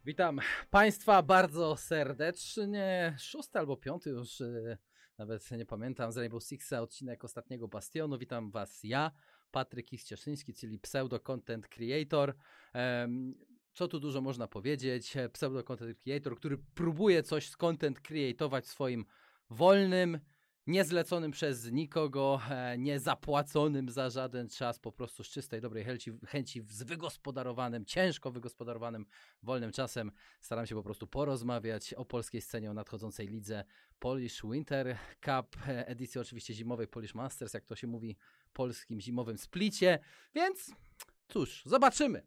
Witam Państwa bardzo serdecznie. 6. albo 5. już nawet nie pamiętam, z Rainbow Sixa, odcinek ostatniego Bastionu. Witam Was ja, Patryk Cieszyński, czyli Pseudo Content Creator. Co tu dużo można powiedzieć? Pseudo Content Creator, który próbuje coś z content creatować w swoim wolnym, niezleconym przez nikogo, niezapłaconym za żaden czas, po prostu z czystej, dobrej chęci z wygospodarowanym, ciężko wygospodarowanym wolnym czasem. Staram się po prostu porozmawiać o polskiej scenie, o nadchodzącej lidze Polish Winter Cup, edycji oczywiście zimowej Polish Masters, jak to się mówi, polskim zimowym splicie, więc cóż, zobaczymy.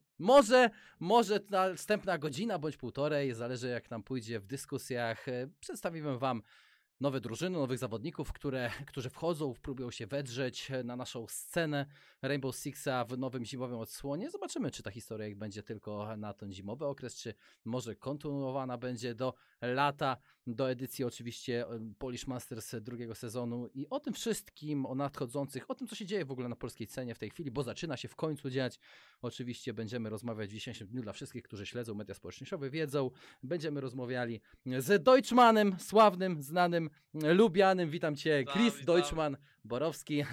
Może ta następna godzina bądź półtorej, zależy jak nam pójdzie w dyskusjach, przedstawimy Wam nowe drużyny, nowych zawodników, którzy wchodzą, próbują się wedrzeć na naszą scenę Rainbow Sixa w nowym zimowym odsłonie. Zobaczymy, czy ta historia będzie tylko na ten zimowy okres, czy może kontynuowana będzie do lata, do edycji oczywiście Polish Masters drugiego sezonu i o tym wszystkim, o nadchodzących, o tym, co się dzieje w ogóle na polskiej scenie w tej chwili, bo zaczyna się w końcu dziać. Oczywiście będziemy rozmawiać w dzisiejszym dniu dla wszystkich, którzy śledzą media społecznościowe, wiedzą. Będziemy rozmawiali z Deutschmanem, sławnym, znanym, lubianym. Witam Cię, Chris Deutschman-Borowski.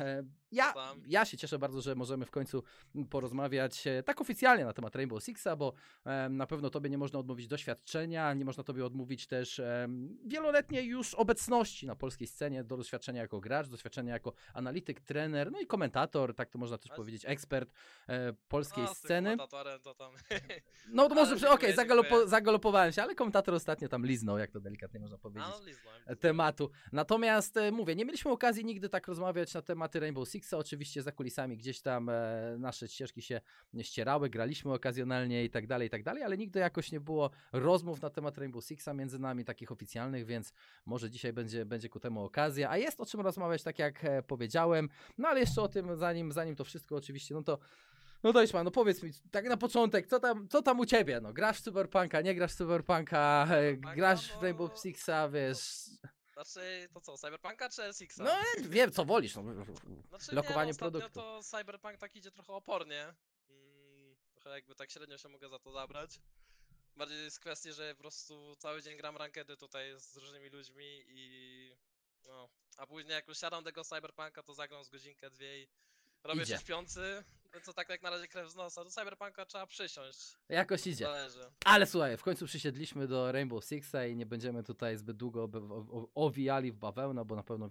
Ja się cieszę bardzo, że możemy w końcu porozmawiać tak oficjalnie na temat Rainbow Sixa, bo na pewno Tobie nie można odmówić doświadczenia, nie można Tobie odmówić też wieloletniej już obecności na polskiej scenie, do doświadczenia jako gracz, doświadczenia jako analityk, trener, no i komentator, tak to można też powiedzieć, ekspert polskiej sceny. Komentatorem to tam... No to może, okej, dziękuję. zagalopowałem się, ale komentator ostatnio tam liznął, jak to delikatnie można powiedzieć, tematu. Natomiast mówię, nie mieliśmy okazji nigdy tak rozmawiać na tematy Rainbow Sixa, oczywiście za kulisami gdzieś tam nasze ścieżki się ścierały, graliśmy okazjonalnie i tak dalej, ale nigdy jakoś nie było rozmów na temat Rainbow Sixa między nami, takich oficjalnych, więc może dzisiaj będzie ku temu okazja, a jest o czym rozmawiać, tak jak powiedziałem, no ale jeszcze o tym, zanim to wszystko oczywiście, no Deutschman, no powiedz mi, tak na początek, co tam u Ciebie, no grasz w Cyberpunka, nie grasz w Cyberpunka, grasz w Rainbow Sixa, wiesz... Znaczy, to co, Cyberpunka czy Sixa? No wiem, co wolisz, no, Znaczy, lokowanie ostatnio produktu. to Cyberpunk tak idzie trochę opornie. Trochę jakby tak średnio się mogę za to zabrać. Bardziej jest kwestia, że po prostu cały dzień gram rankedy tutaj z różnymi ludźmi i... No, a później jak już siadam tego Cyberpunka, to zagram z godzinkę, dwie i robię Idzie. się śpiący. No co tak jak na razie krew z nosa, do Cyberpunka trzeba przysiąść. Jakoś idzie. Zależy. Ale słuchaj, w końcu przysiedliśmy do Rainbow Sixa i nie będziemy tutaj zbyt długo owijali w bawełnę, bo na pewno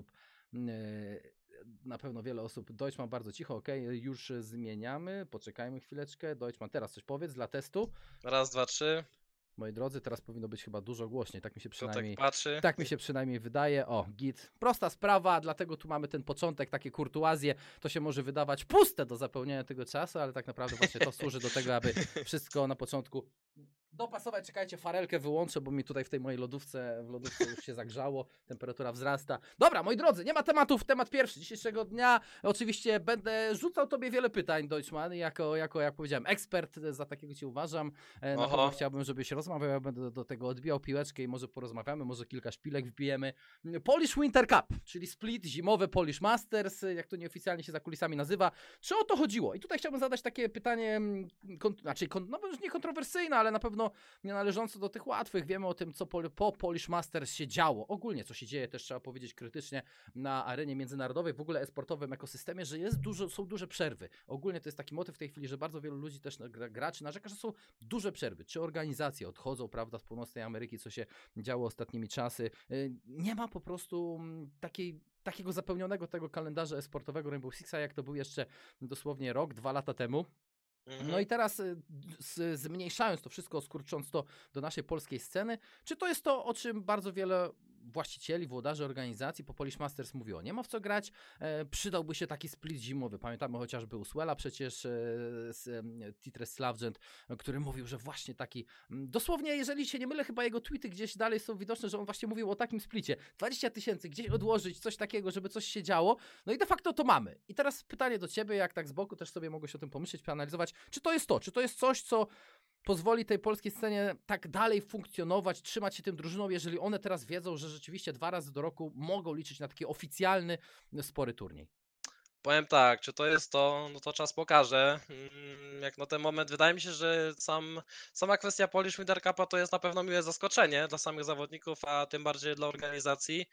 wiele osób, Deutschman bardzo cicho, okej, już zmieniamy, poczekajmy chwileczkę, Deutschman teraz coś powiedz dla testu. Raz, dwa, trzy. Moi drodzy, teraz powinno być chyba dużo głośniej, Kotek patrzy. tak mi się przynajmniej wydaje. O, git. Prosta sprawa, dlatego tu mamy ten początek, takie kurtuazje. To się może wydawać puste do zapełnienia tego czasu, ale tak naprawdę właśnie to służy do tego, aby wszystko na początku dopasować. Czekajcie, farelkę wyłączę, bo mi tutaj w tej mojej lodówce już się zagrzało, temperatura wzrasta. Dobra, moi drodzy, nie ma tematów, temat pierwszy dzisiejszego dnia. Oczywiście będę rzucał Tobie wiele pytań, Deutschman, jako jak powiedziałem, ekspert, za takiego Cię uważam. Na pewno chciałbym, żebyś rozmawiał, ja będę do tego odbijał piłeczkę i może porozmawiamy, może kilka szpilek wbijemy. Polish Winter Cup, czyli split zimowe Polish Masters, jak to nieoficjalnie się za kulisami nazywa. Czy o to chodziło? I tutaj chciałbym zadać takie pytanie, no już nie kontrowersyjne, ale na pewno nie należące do tych łatwych. Wiemy o tym, co po Polish Masters się działo. Ogólnie, co się dzieje, też trzeba powiedzieć krytycznie na arenie międzynarodowej, w ogóle esportowym ekosystemie, że są duże przerwy. Ogólnie to jest taki motyw w tej chwili, że bardzo wielu ludzi też graczy narzeka, że są duże przerwy. Czy organizacje odchodzą, prawda, z północnej Ameryki, co się działo ostatnimi czasy. Nie ma po prostu takiego zapełnionego tego kalendarza esportowego Rainbow Sixa, jak to był jeszcze dosłownie rok, 2 lata temu. No i teraz zmniejszając to wszystko, skurcząc to do naszej polskiej sceny, czy to jest to, o czym bardzo wiele właścicieli, włodarzy organizacji po Polish Masters mówiło? Nie ma w co grać, przydałby się taki split zimowy. Pamiętamy chociażby Uswella przecież Titres Slavgent, który mówił, że właśnie taki, dosłownie, jeżeli się nie mylę, chyba jego tweety gdzieś dalej są widoczne, że on właśnie mówił o takim splicie. 20 000 gdzieś odłożyć, coś takiego, żeby coś się działo. No i de facto to mamy. I teraz pytanie do Ciebie, jak tak z boku też sobie mogłeś o tym pomyśleć, przeanalizować, czy to jest to? Czy to jest coś, co pozwoli tej polskiej scenie tak dalej funkcjonować, trzymać się tym drużynom, jeżeli one teraz wiedzą, że rzeczywiście 2 razy do roku mogą liczyć na taki oficjalny, spory turniej? Powiem tak, czy to jest to, no to czas pokaże. Jak na ten moment wydaje mi się, że sama kwestia Polish Winter Cupa to jest na pewno miłe zaskoczenie dla samych zawodników, a tym bardziej dla organizacji.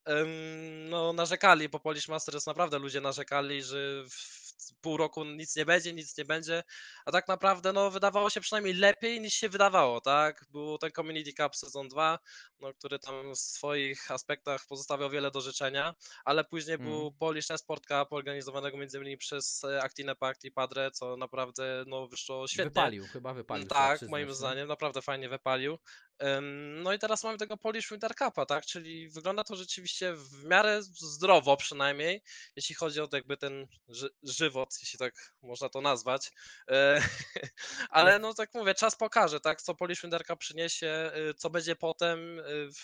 No narzekali po Polish Masters, naprawdę ludzie narzekali, że w pół roku nic nie będzie, a tak naprawdę no wydawało się przynajmniej lepiej niż się wydawało, tak? Był ten Community Cup sezon 2, no, który tam w swoich aspektach pozostawiał wiele do życzenia, ale później był Polish Esport Cup organizowanego między innymi przez Actinę Pact i Padre, co naprawdę no wyszło świetnie. Chyba wypalił, trzeba Tak, moim przyznać, nie? zdaniem, naprawdę fajnie wypalił. No i teraz mamy tego Polish Winter Cupa, tak? Czyli wygląda to rzeczywiście w miarę zdrowo przynajmniej, jeśli chodzi o jakby ten żywot, jeśli tak można to nazwać. E, Ale Jest, no tak mówię, czas pokaże, tak? Co Polish Winter Cup przyniesie, co będzie potem,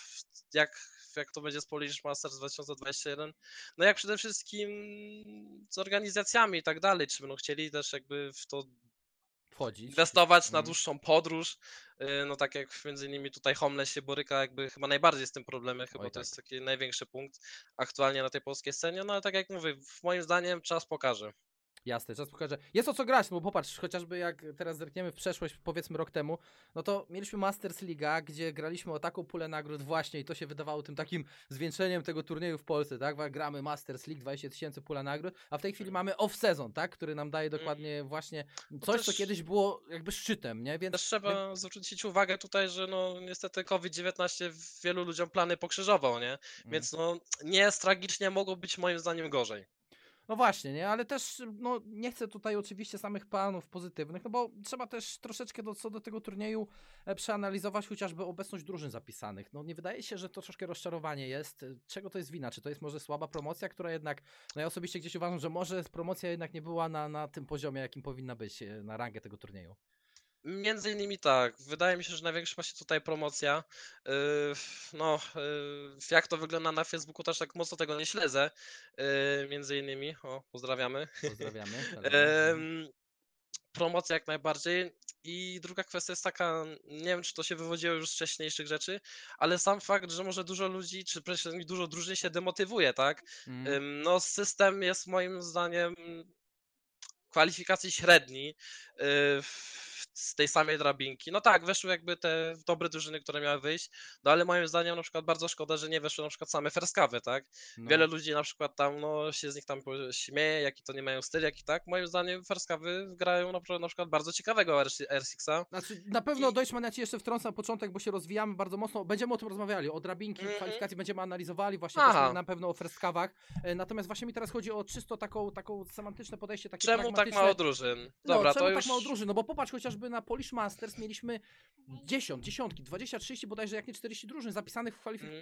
jak to będzie z Polish Masters 2021. No jak przede wszystkim z organizacjami i tak dalej, czy będą chcieli też jakby w to wchodzić. inwestować na dłuższą podróż. No tak jak między innymi tutaj Homeless się boryka jakby chyba najbardziej z tym problemem, chyba Oj to tak. jest taki największy punkt aktualnie na tej polskiej scenie, no ale tak jak mówię, moim zdaniem czas pokaże. Jasne, czas pokaże. Jest o co grać, no bo popatrz, chociażby jak teraz zerkniemy w przeszłość, powiedzmy rok temu, no to mieliśmy Masters Liga, gdzie graliśmy o taką pulę nagród właśnie i to się wydawało tym takim zwieńczeniem tego turnieju w Polsce, tak? Gramy Masters League, 20 000 pula nagród, a w tej chwili mamy off-season, tak? Który nam daje dokładnie właśnie coś, co też- kiedyś było jakby szczytem, nie? Więc Też trzeba zwrócić uwagę tutaj, że no niestety COVID-19 wielu ludziom plany pokrzyżował, nie? Mm. Więc no nie jest tragicznie, mogło być moim zdaniem gorzej. No właśnie, nie? Ale też no, nie chcę tutaj oczywiście samych planów pozytywnych, no bo trzeba też troszeczkę co do tego turnieju przeanalizować chociażby obecność drużyn zapisanych. No nie wydaje się, że to troszkę rozczarowanie jest. Czego to jest wina? Czy to jest może słaba promocja, która jednak, no ja osobiście gdzieś uważam, że może promocja jednak nie była na tym poziomie, jakim powinna być na rangę tego turnieju. Między innymi tak. Wydaje mi się, że największa właśnie tutaj promocja. Yy, No, jak to wygląda na Facebooku, też tak mocno tego nie śledzę. Między innymi, o, pozdrawiamy. Pozdrawiamy, Helena. Mhm. Promocja jak najbardziej. I druga kwestia jest taka, nie wiem, czy to się wywodziło już z wcześniejszych rzeczy, ale sam fakt, że może dużo ludzi, czy przynajmniej dużo drużyn się demotywuje, tak? Mm. No, system jest moim zdaniem kwalifikacji średni z tej samej drabinki. No tak, weszły jakby te dobre drużyny, które miały wyjść, no ale moim zdaniem na przykład bardzo szkoda, że nie weszły na przykład same ferskawy, tak? Wiele No. ludzi na przykład tam no, się z nich tam śmieje, jaki to nie mają styl, jaki tak. Moim zdaniem ferskawy grają na przykład bardzo ciekawego R6a. Znaczy, na pewno I... Deutschman, ja ci jeszcze wtrącę na początek, bo się rozwijamy bardzo mocno. Będziemy o tym rozmawiali, o drabinki, kwalifikacji będziemy analizowali, właśnie też Aha, na pewno o festkawach. Natomiast właśnie mi teraz chodzi o czysto taką semantyczne podejście, takie czemu tak pragmatyczne. mało drużyn? No, Dobra, czemu to tak już mało drużyn? No bo popatrz, chociażby na Polish Masters mieliśmy dziesiątki, 20-30 bodajże, jak nie 40 drużyn zapisanych w kwalifikacjach.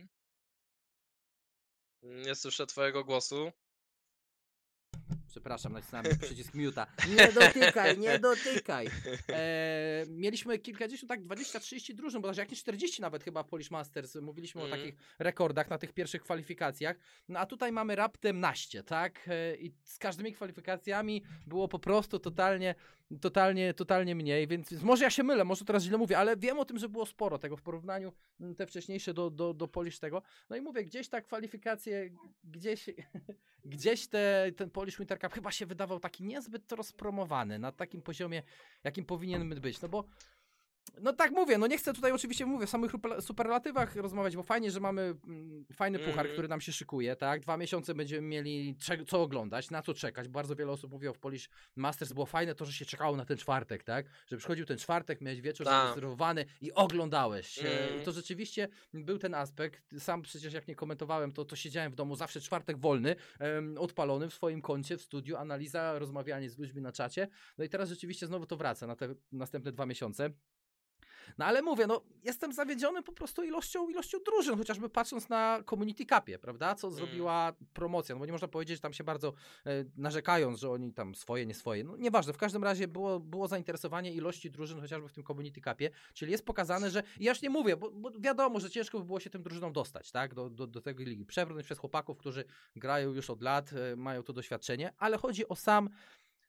nie słyszę twojego głosu. Przepraszam, nacisnąłem przycisk muta. Nie dotykaj, nie dotykaj. Mieliśmy kilkadziesiąt, tak 20-30 drużyn, bo jak nie 40 nawet chyba w Polish Masters. Mówiliśmy o takich rekordach na tych pierwszych kwalifikacjach. No a tutaj mamy raptem naście, tak? I z każdymi kwalifikacjami było po prostu totalnie mniej, więc może ja się mylę, może teraz źle mówię, ale wiem o tym, że było sporo tego w porównaniu te wcześniejsze do Polish tego. No i mówię, gdzieś ta kwalifikacje, gdzieś ten Polish Winter Cup chyba się wydawał taki niezbyt rozpromowany na takim poziomie, jakim powinien być, no bo no tak mówię, no nie chcę tutaj oczywiście w samych superlatywach rozmawiać, bo fajnie, że mamy fajny puchar, który nam się szykuje, tak? 2 miesiące będziemy mieli co oglądać, na co czekać. Bardzo wiele osób mówiło w Polish Masters, było fajne to, że się czekało na ten czwartek, tak? Że przychodził ten czwartek, miałeś wieczór zarezerwowany i oglądałeś. I to rzeczywiście był ten aspekt. Sam przecież jak nie komentowałem, to siedziałem w domu, zawsze czwartek wolny, odpalony w swoim koncie, w studiu, analiza, rozmawianie z ludźmi na czacie. No i teraz rzeczywiście znowu to wraca na te następne 2 miesiące. No ale mówię, no jestem zawiedziony po prostu ilością drużyn, chociażby patrząc na Community Cupie, prawda, co zrobiła promocja, no bo nie można powiedzieć, że tam się bardzo narzekając, że oni tam swoje, nie swoje, no nieważne, w każdym razie było zainteresowanie ilości drużyn chociażby w tym Community Cupie, czyli jest pokazane, że, ja już nie mówię, bo wiadomo, że ciężko by było się tym drużynom dostać, tak, do tej ligi, przebrnąć przez chłopaków, którzy grają już od lat, mają to doświadczenie, ale chodzi o sam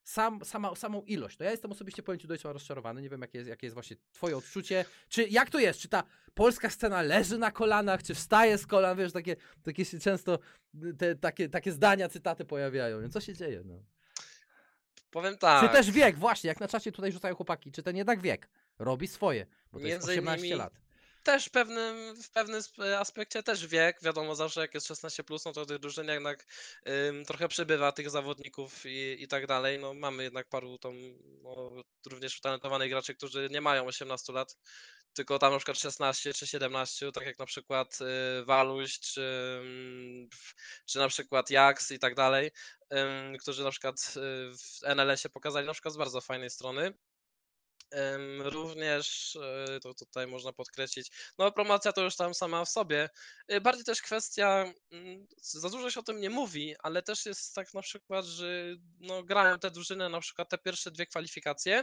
samą ilość. No ja jestem osobiście, powiem ci, dość rozczarowany, nie wiem jakie jest właśnie twoje odczucie, czy jak to jest, czy ta polska scena leży na kolanach, czy wstaje z kolan, wiesz, takie się często takie zdania, cytaty pojawiają, no co się dzieje, no. Powiem tak. Czy też wiek, właśnie, jak na czacie tutaj rzucają chłopaki, czy ten jednak wiek robi swoje, bo to jest Między 18 innymi lat. też w pewnym aspekcie też wiek, wiadomo zawsze jak jest 16+, no to w tych drużynach jednak trochę przybywa tych zawodników i tak dalej, no mamy jednak paru tam no, również utalentowanych graczy, którzy nie mają 18 lat, tylko tam na przykład 16 czy 17, tak jak na przykład Waluś, czy na przykład Jax i tak dalej, którzy na przykład w NLS-ie pokazali na przykład z bardzo fajnej strony. Również to tutaj można podkreślić, no promocja to już tam sama w sobie, bardziej też kwestia, za dużo się o tym nie mówi, ale też jest tak na przykład, że no grają te drużyny na przykład te pierwsze 2 kwalifikacje,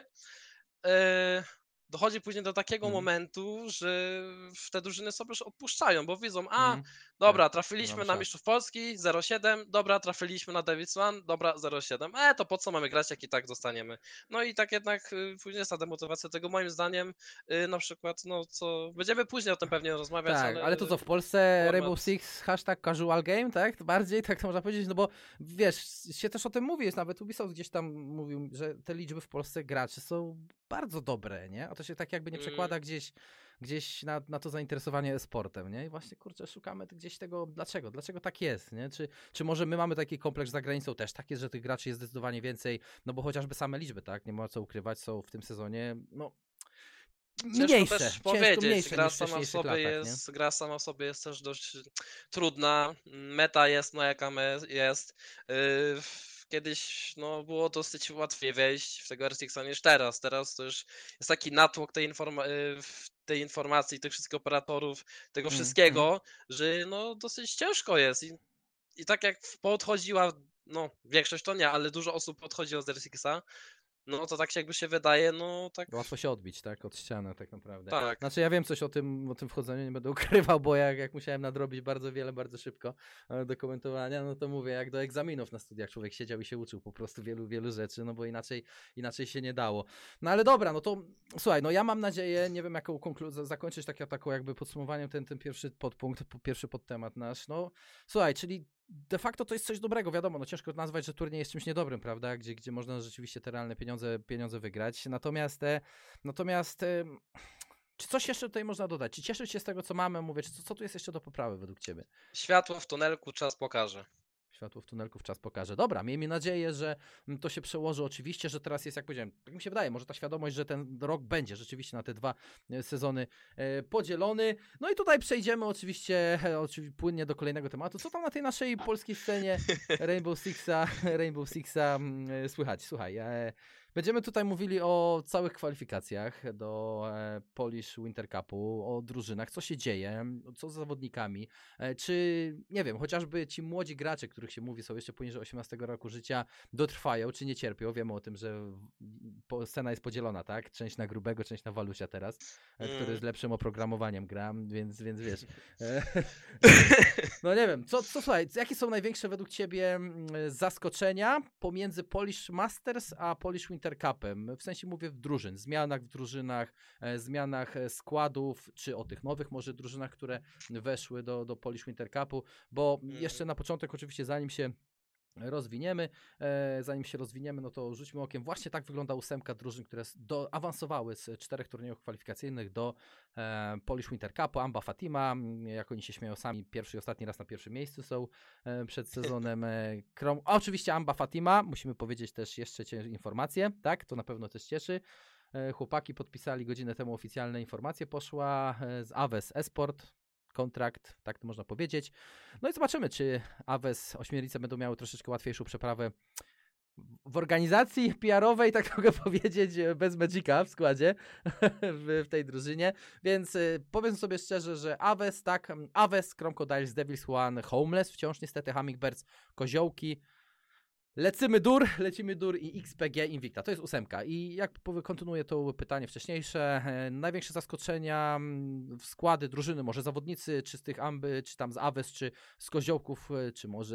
dochodzi później do takiego momentu, że te drużyny sobie już odpuszczają, bo widzą, dobra, Tak, trafiliśmy mam na szans. Mistrzów Polski 0,7, dobra, trafiliśmy na Davis One, dobra, 0,7, to po co mamy grać, jak i tak zostaniemy. No i tak jednak później jest ta demotywacja tego, moim zdaniem, na przykład, no co, będziemy później o tym pewnie rozmawiać, Tak, ale to co, w Polsce format- Rainbow Six hashtag casual game, tak? To bardziej, tak to można powiedzieć, no bo wiesz, się też o tym mówi, jest nawet Ubisoft gdzieś tam mówił, że te liczby w Polsce graczy są bardzo dobre, nie? A to się tak jakby nie przekłada gdzieś na to zainteresowanie sportem, nie? I właśnie, kurczę, szukamy gdzieś tego, dlaczego tak jest, nie? Czy może my mamy taki kompleks za granicą też, tak jest, że tych graczy jest zdecydowanie więcej, no bo chociażby same liczby, tak? Nie ma co ukrywać, są w tym sezonie, no Ciężko też powiedzieć, mniejsze niż w wcześniejszych latach, gra sama w sobie jest też dość trudna, meta jest no jaka jest, kiedyś no było dosyć łatwiej wejść w tego RTX-a niż teraz, to już jest taki natłok tej informacji, tych wszystkich operatorów, tego wszystkiego, że no dosyć ciężko jest i tak jak podchodziła, no większość to nie, ale dużo osób podchodziło z RTX-a, no to tak się jakby się wydaje, no tak. Łatwo się odbić, tak? Od ściany tak naprawdę. Tak. Znaczy ja wiem coś o tym wchodzeniu, nie będę ukrywał, bo jak musiałem nadrobić bardzo wiele, bardzo szybko do komentowania, no to mówię, jak do egzaminów na studiach człowiek siedział i się uczył po prostu wielu rzeczy, no bo inaczej się nie dało. No ale dobra, no to słuchaj, no ja mam nadzieję, nie wiem jaką zakończyć taką jakby podsumowaniem ten pierwszy podpunkt, pierwszy podtemat nasz, no słuchaj, czyli de facto to jest coś dobrego, wiadomo, no ciężko nazwać, że turniej jest czymś niedobrym, prawda, gdzie można rzeczywiście te realne pieniądze wygrać, natomiast czy coś jeszcze tutaj można dodać? Czy cieszyć się z tego, co mamy? Mówię, co tu jest jeszcze do poprawy według ciebie? Światło w tunelku, czas pokaże. Światło w tunelku czas pokaże. Dobra, miejmy nadzieję, że to się przełoży. Oczywiście, że teraz jest, jak powiedziałem, tak mi się wydaje, może ta świadomość, że ten rok będzie rzeczywiście na te 2 sezony podzielony. No i tutaj przejdziemy oczywiście płynnie do kolejnego tematu. Co tam na tej naszej polskiej scenie Rainbow Sixa słychać? Słuchaj, będziemy tutaj mówili o całych kwalifikacjach do Polish Winter Cupu, o drużynach, co się dzieje, co z zawodnikami, czy, nie wiem, chociażby ci młodzi gracze, których się mówi, są jeszcze poniżej 18 roku życia, dotrwają, czy nie cierpią. Wiemy o tym, że scena jest podzielona, tak? Część na Grubego, część na Walusia teraz, który z lepszym oprogramowaniem gra, więc wiesz. No nie wiem, słuchaj, jakie są największe według ciebie zaskoczenia pomiędzy Polish Masters a Polish Winter Cupem? W sensie mówię zmianach w drużynach, zmianach składów, czy o tych nowych może drużynach, które weszły do Polish Winter Cupu, bo jeszcze na początek oczywiście zanim się rozwiniemy, no to rzućmy okiem. Właśnie tak wygląda 8 drużyn, które awansowały z 4 turniejów kwalifikacyjnych do Polish Winter Cupu. Amba Fatima, jak oni się śmieją sami, pierwszy i ostatni raz na pierwszym miejscu są przed sezonem. A oczywiście Amba Fatima, musimy powiedzieć też jeszcze informację, tak? To na pewno też cieszy. Chłopaki podpisali godzinę temu oficjalne informacje, poszła z Aves Esport, kontrakt, tak to można powiedzieć. No i zobaczymy, czy Aves Ośmielice będą miały troszeczkę łatwiejszą przeprawę w organizacji PR-owej, tak mogę powiedzieć, bez Magica w składzie w tej drużynie, więc powiem sobie szczerze, że Aves, Crocodiles, Devils One, Homeless, wciąż niestety Hummingbirds, Koziołki, lecimy dur i XPG Invicta. To jest 8. I jak kontynuuję to pytanie wcześniejsze, największe zaskoczenia w składy drużyny, może zawodnicy, czy z tych Amby, czy tam z Aves, czy z Koziołków, czy może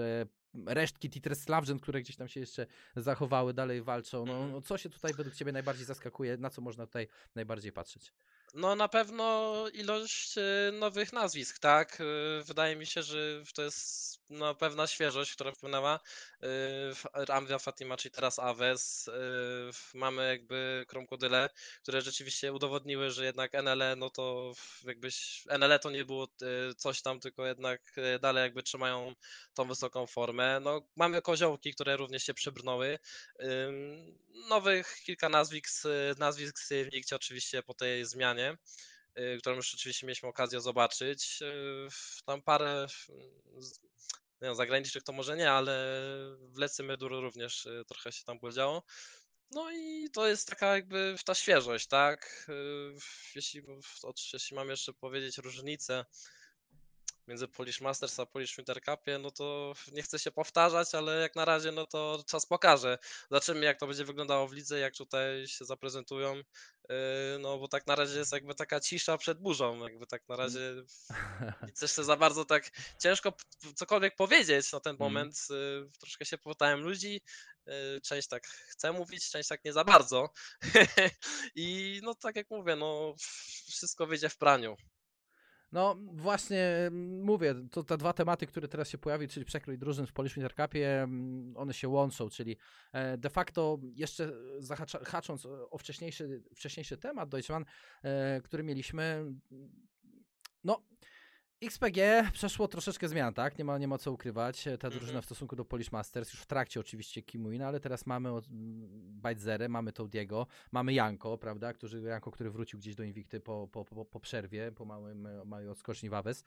resztki Titres Slavgen, które gdzieś tam się jeszcze zachowały, dalej walczą. No, co się tutaj według ciebie najbardziej zaskakuje? Na co można tutaj najbardziej patrzeć? No na pewno ilość nowych nazwisk, tak? Wydaje mi się, że to jest no, pewna świeżość, która wpłynęła. Amvia Fatima, czyli teraz Aves. Mamy jakby krokodyle, które rzeczywiście udowodniły, że jednak NLE, no to jakbyś NLE to nie było coś tam, tylko jednak dalej jakby trzymają tą wysoką formę. No mamy koziołki, które również się przybrnęły. Nowych kilka nazwisk w Nikcie oczywiście po tej zmianie, którą już rzeczywiście mieliśmy okazję zobaczyć. Tam parę nie wiem, zagranicznych to może nie, ale w Lecy Medur również trochę się tam działo. No i to jest taka jakby ta świeżość, tak? Jeśli mam jeszcze powiedzieć różnicę między Polish Masters a Polish Winter Cupie, no to nie chcę się powtarzać, ale jak na razie, no to czas pokaże. Zobaczymy, jak to będzie wyglądało w lidze, jak tutaj się zaprezentują, no bo tak na razie jest jakby taka cisza przed burzą, jakby tak na razie nic jeszcze za bardzo tak ciężko cokolwiek powiedzieć na ten Mm. moment. Troszkę się popytałem ludzi, część tak chce mówić, część tak nie za bardzo. I no tak jak mówię, no wszystko wyjdzie w praniu. No właśnie mówię, to te dwa tematy, które teraz się pojawiły, czyli przekrój drużyn w Polish Winter Cupie, one się łączą, czyli de facto jeszcze hacząc o wcześniejszy temat Deutschland, który mieliśmy, no XPG przeszło troszeczkę zmian, tak? Nie ma co ukrywać. Ta drużyna w stosunku do Polish Masters, już w trakcie oczywiście Kimuina, ale teraz mamy Bajdzerę, mamy Toadiego, mamy Janko, prawda? Janko, który wrócił gdzieś do Invicty po przerwie, po małej odskoczni Wawes.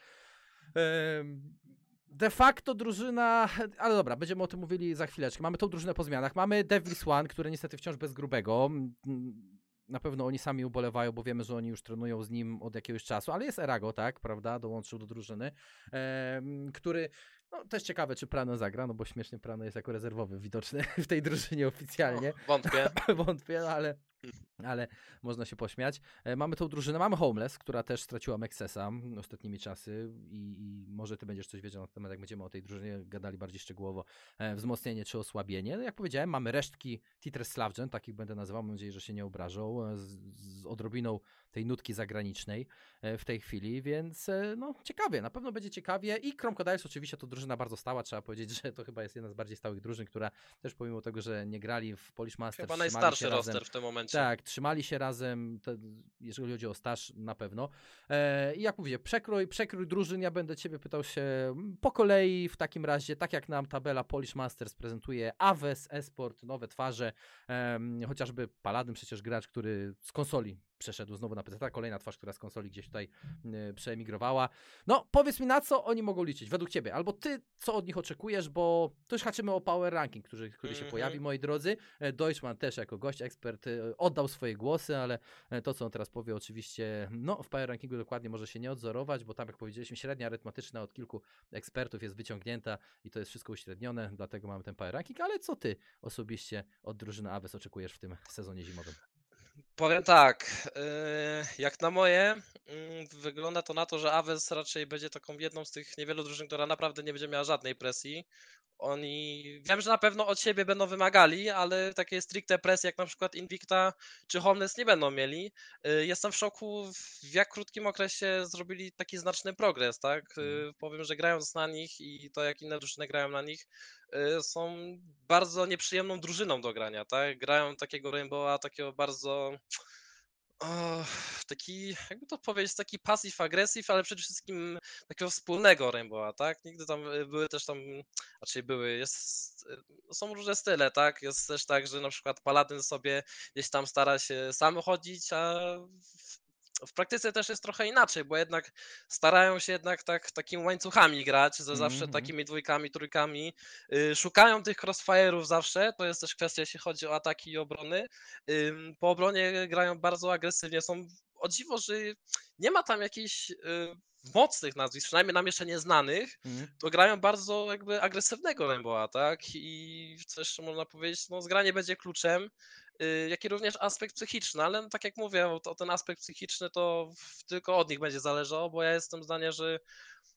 De facto drużyna, ale dobra, będziemy o tym mówili za chwileczkę. Mamy tą drużynę po zmianach. Mamy Devils One, który niestety wciąż bez grubego. Na pewno oni sami ubolewają, bo wiemy, że oni już trenują z nim od jakiegoś czasu, ale jest Erago, tak, prawda, dołączył do drużyny, który, no też ciekawe, czy Prano zagra, no bo śmiesznie Prano jest jako rezerwowy widoczny w tej drużynie oficjalnie. Wątpię. Wątpię, no ale można się pośmiać. Mamy tą drużynę, mamy Homeless, która też straciła Mexesa ostatnimi czasy i może ty będziesz coś wiedział na temat, jak będziemy o tej drużynie gadali bardziej szczegółowo, wzmocnienie czy osłabienie. No jak powiedziałem, mamy resztki Titres Slavgen, takich będę nazywał, mam nadzieję, że się nie obrażą, z odrobiną tej nutki zagranicznej w tej chwili, więc no ciekawie, na pewno będzie ciekawie i Crocodiles oczywiście to drużyna bardzo stała, trzeba powiedzieć, że to chyba jest jedna z bardziej stałych drużyn, która też pomimo tego, że nie grali w Polish Masters, Chyba najstarszy roster w tym momencie. Tak, trzymali się razem, jeżeli chodzi o staż, na pewno. I jak mówię, przekrój drużyn, ja będę ciebie pytał się po kolei w takim razie, tak jak nam tabela Polish Masters prezentuje Aves, Esport, nowe twarze, chociażby Paladin, przecież gracz, który z konsoli przeszedł znowu na PC, kolejna twarz, która z konsoli gdzieś tutaj przeemigrowała. No, powiedz mi, na co oni mogą liczyć, według ciebie, albo ty, co od nich oczekujesz, bo to już haczymy o Power Ranking, który się pojawi, moi drodzy. Deutschman też jako gość, ekspert, oddał swoje głosy, ale to, co on teraz powie, oczywiście, no, w Power Rankingu dokładnie może się nie odzorować, bo tam, jak powiedzieliśmy, średnia arytmetyczna od kilku ekspertów jest wyciągnięta i to jest wszystko uśrednione, dlatego mamy ten Power Ranking, ale co ty osobiście od drużyny Aves oczekujesz w tym sezonie zimowym? Powiem tak, jak na moje, wygląda to na to, że Aves raczej będzie taką jedną z tych niewielu drużyn, która naprawdę nie będzie miała żadnej presji. Oni, wiem, że na pewno od siebie będą wymagali, ale takie stricte presje jak na przykład Invicta czy Homeless nie będą mieli. Jestem w szoku, w jak krótkim okresie zrobili taki znaczny progres, tak? Powiem, że grając na nich i to jak inne drużyny grają na nich, są bardzo nieprzyjemną drużyną do grania, tak? Grają takiego Rainbowa, takiego bardzo taki, jakby to powiedzieć, taki passive-aggressive, ale przede wszystkim takiego wspólnego Rainbowa, tak? Nigdy tam były też tam, raczej były, są różne style, tak? Jest też tak, że na przykład Paladin sobie gdzieś tam stara się sam chodzić, a w praktyce też jest trochę inaczej, bo jednak starają się jednak takimi łańcuchami grać, ze zawsze takimi dwójkami, trójkami. Szukają tych crossfire'ów zawsze, to jest też kwestia, jeśli chodzi o ataki i obrony. Po obronie grają bardzo agresywnie, są o dziwo, że nie ma tam jakichś mocnych nazwisk, przynajmniej nam jeszcze nieznanych, to grają bardzo jakby agresywnego Rainbowa, tak? I co jeszcze można powiedzieć, no zgranie będzie kluczem, jak i również aspekt psychiczny, ale no, tak jak mówię, ten aspekt psychiczny to tylko od nich będzie zależało, bo ja jestem zdania, że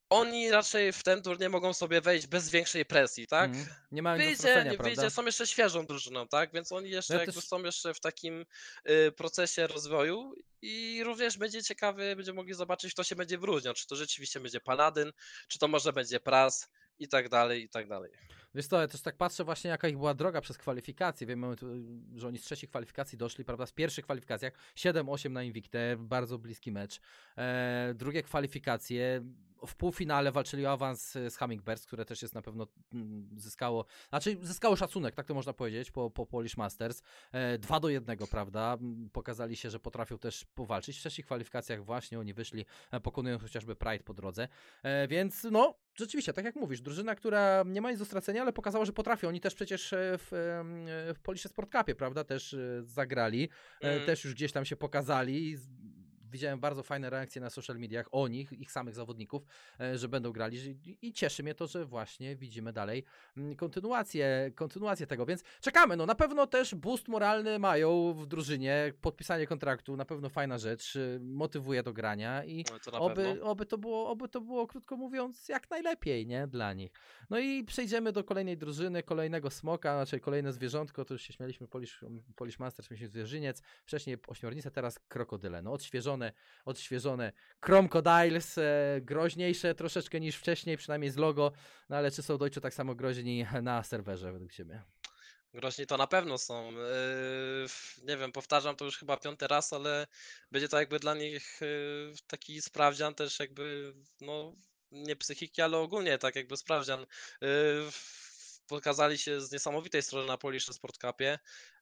oni raczej w ten turniej mogą sobie wejść bez większej presji, tak? Nie mają nic do Wyjdzie, stracenia, nie wyjdzie, prawda? są jeszcze świeżą drużyną, tak? Więc oni No jeszcze ja jakby też są jeszcze w takim procesie rozwoju i również będzie ciekawy, będzie mogli zobaczyć, kto się będzie wyróżniał. Czy to rzeczywiście będzie Paladyn, czy to może będzie Pras i tak dalej, i tak dalej. Wiesz co, ja też tak patrzę właśnie jaka ich była droga przez kwalifikacje. Wiemy, że oni z trzecich kwalifikacji doszli, prawda, z pierwszych kwalifikacjach 7-8 na Invicte, bardzo bliski mecz. Drugie kwalifikacje, w półfinale walczyli o awans z Hummingbirds, które też jest na pewno zyskało szacunek, tak to można powiedzieć, po Polish Masters. 2-1, prawda, pokazali się, że potrafią też powalczyć. W trzecich kwalifikacjach właśnie oni wyszli, pokonując chociażby Pride po drodze. Więc no, rzeczywiście, tak jak mówisz, drużyna, która nie ma nic do stracenia, ale pokazała, że potrafią. Oni też przecież w Polish Sport Cupie, prawda, też zagrali, też już gdzieś tam się pokazali. Widziałem bardzo fajne reakcje na social mediach o nich, ich samych zawodników, że będą grali i cieszy mnie to, że właśnie widzimy dalej kontynuację tego, więc czekamy, no na pewno też boost moralny mają w drużynie, podpisanie kontraktu, na pewno fajna rzecz, motywuje do grania i No, to na pewno. oby to było, krótko mówiąc, jak najlepiej, nie, dla nich. No i przejdziemy do kolejnej drużyny, kolejnego smoka, znaczy kolejne zwierzątko, to już się śmialiśmy, Polish Masters, mieliśmy zwierzyniec, wcześniej ośmiornice, teraz krokodyle, no odświeżone Crocodiles, groźniejsze troszeczkę niż wcześniej, przynajmniej z logo, no ale czy są Deutsche tak samo groźni na serwerze według ciebie? Groźni to na pewno są. Nie wiem, powtarzam to już chyba 5. raz, ale będzie to jakby dla nich taki sprawdzian też jakby, no nie psychiki, ale ogólnie tak jakby sprawdzian. Pokazali się z niesamowitej strony na Polish Sport Cupie.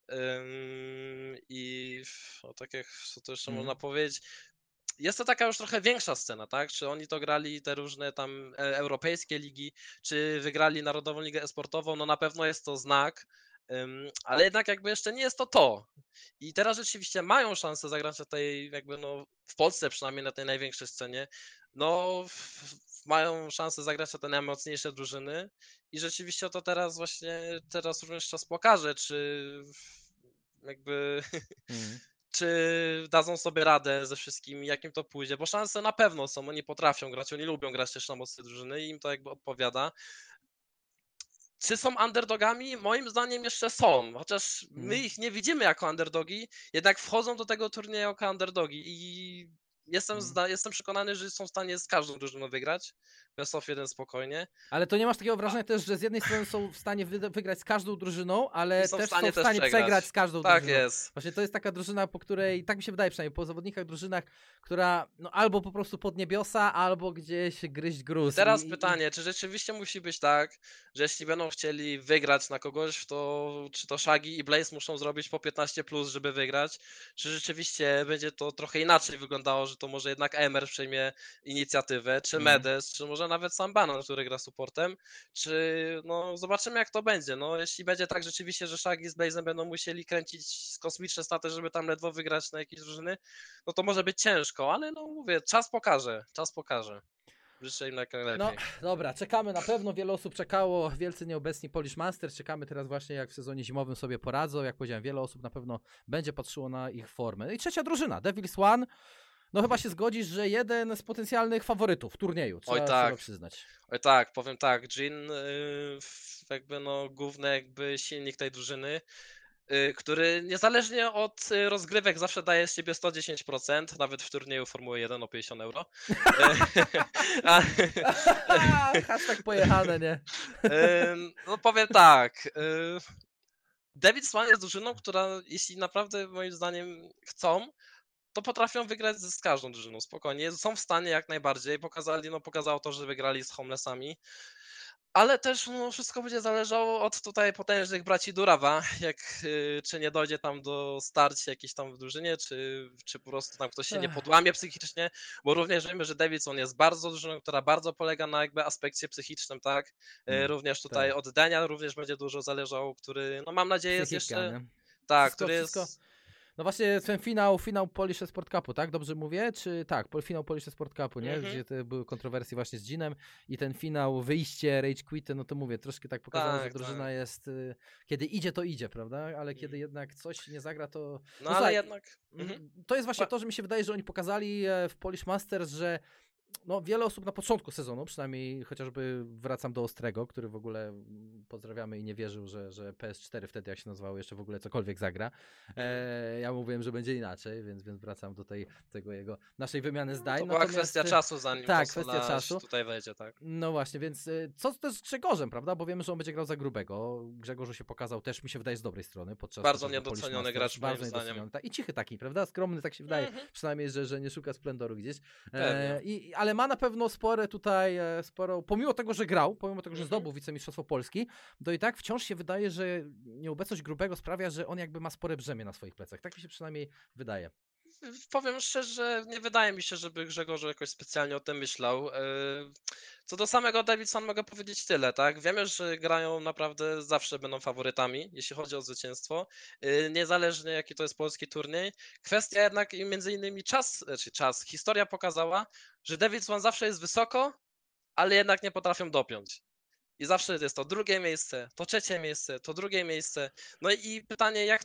I tak jak co to jeszcze można powiedzieć, jest to taka już trochę większa scena, tak? Czy oni to grali te różne tam europejskie ligi, czy wygrali Narodową Ligę Esportową, no na pewno jest to znak, ale jednak jakby jeszcze nie jest to to. I teraz rzeczywiście mają szansę zagrać na tej jakby no w Polsce przynajmniej na tej największej scenie, no mają szansę zagrać na te najmocniejsze drużyny i rzeczywiście to teraz również czas pokaże, czy jakby czy dadzą sobie radę ze wszystkim, jak im to pójdzie, bo szanse na pewno są, oni potrafią grać, oni lubią grać też na mocne drużyny i im to jakby odpowiada. Czy są underdogami? Moim zdaniem jeszcze są, chociaż my ich nie widzimy jako underdogi, jednak wchodzą do tego turnieju jako underdogi i jestem przekonany, że są w stanie z każdą drużyną wygrać, best of 1 spokojnie. Ale to nie masz takiego wrażenia też, że z jednej strony są w stanie wygrać z każdą drużyną, ale I są w też stanie są w stanie przegrać z każdą Tak drużyną. jest. Właśnie to jest taka drużyna, po której, tak mi się wydaje przynajmniej, po zawodnikach, drużynach, która no, albo po prostu pod niebiosa, albo gdzieś gryźć gruz. Teraz pytanie, czy rzeczywiście musi być tak, że jeśli będą chcieli wygrać na kogoś, to czy to Shaggy i Blaze muszą zrobić po 15+, żeby wygrać, czy rzeczywiście będzie to trochę inaczej wyglądało, że to może jednak Emer przejmie inicjatywę, czy Medes, czy może nawet sam Banan, który gra supportem, czy no zobaczymy jak to będzie, no jeśli będzie tak rzeczywiście, że Shaggy z Blazem będą musieli kręcić kosmiczne staty, żeby tam ledwo wygrać na jakieś drużyny, no to może być ciężko, ale no mówię, czas pokaże. Życzę im jak No najlepiej. dobra, czekamy na pewno, wiele osób czekało, wielcy nieobecni Polish Masters, czekamy teraz właśnie jak w sezonie zimowym sobie poradzą, jak powiedziałem, wiele osób na pewno będzie patrzyło na ich formę. No i trzecia drużyna, Devils One, no chyba się zgodzisz, że jeden z potencjalnych faworytów turnieju, trzeba przyznać. Oj tak, powiem tak, Jin jakby no główny jakby silnik tej drużyny, który niezależnie od rozgrywek zawsze daje z siebie 110%, nawet w turnieju Formuły 1 o 50 euro. Hashtag pojechane, nie? No powiem tak, Devils One jest drużyną, która jeśli naprawdę moim zdaniem chcą, to potrafią wygrać z każdą drużyną, spokojnie. Są w stanie jak najbardziej. Pokazało to, że wygrali z Homelessami. Ale też no, wszystko będzie zależało od tutaj potężnych braci Durawa, czy nie dojdzie tam do starcia jakiejś tam w drużynie, czy po prostu tam ktoś się nie podłamie psychicznie, bo również wiemy, że Davidson jest bardzo drużyną, która bardzo polega na jakby aspekcie psychicznym, tak? Również tutaj tak. od Denia również będzie dużo zależało, który, no mam nadzieję jest Psychika, jeszcze... nie? Tak, Wszystko. jest... No właśnie ten finał Polish Sport Cupu, tak? Dobrze mówię? Czy tak, finał Polish Sport Cupu, nie? Gdzie te były kontrowersje właśnie z Jinem i ten finał, wyjście, Rage Quit, no to mówię, troszkę tak pokazało, że drużyna jest, kiedy idzie, to idzie, prawda? Ale kiedy jednak coś nie zagra, to... No ale jednak... To jest właśnie to, że mi się wydaje, że oni pokazali w Polish Masters, że no wiele osób na początku sezonu, przynajmniej chociażby wracam do Ostrego, który w ogóle pozdrawiamy i nie wierzył, że PS4 wtedy, jak się nazywało, jeszcze w ogóle cokolwiek zagra. Ja mówiłem, że będzie inaczej, więc wracam do tego naszej wymiany zdań. To była kwestia czasu, zanim tak, konsola kwestia czasu. tutaj wejdzie, tak? No właśnie, więc co też z Grzegorzem, prawda? Bo wiemy, że on będzie grał za grubego. Grzegorzu się pokazał też, mi się wydaje, z dobrej strony podczas Bardzo chociażby Polish niedoceniony Masters. gracz, moim Bardzo zdaniem. niedoceniony. Tak, i cichy taki, prawda? Skromny, tak się wydaje. Przynajmniej, że nie szuka splendoru gdzieś. Ale ma na pewno spore tutaj, pomimo tego, że grał, pomimo tego, że zdobył wicemistrzostwo Polski, to i tak wciąż się wydaje, że nieobecność grubego sprawia, że on jakby ma spore brzemię na swoich plecach. Tak mi się przynajmniej wydaje. Powiem szczerze, nie wydaje mi się, żeby Grzegorz jakoś specjalnie o tym myślał. Co do samego Davidson mogę powiedzieć tyle, tak? Wiemy, że grają naprawdę zawsze będą faworytami, jeśli chodzi o zwycięstwo, niezależnie jaki to jest polski turniej. Kwestia jednak i między innymi historia pokazała, że Davidson zawsze jest wysoko, ale jednak nie potrafią dopiąć. I zawsze jest to drugie miejsce, to trzecie miejsce, to drugie miejsce. No i pytanie, jak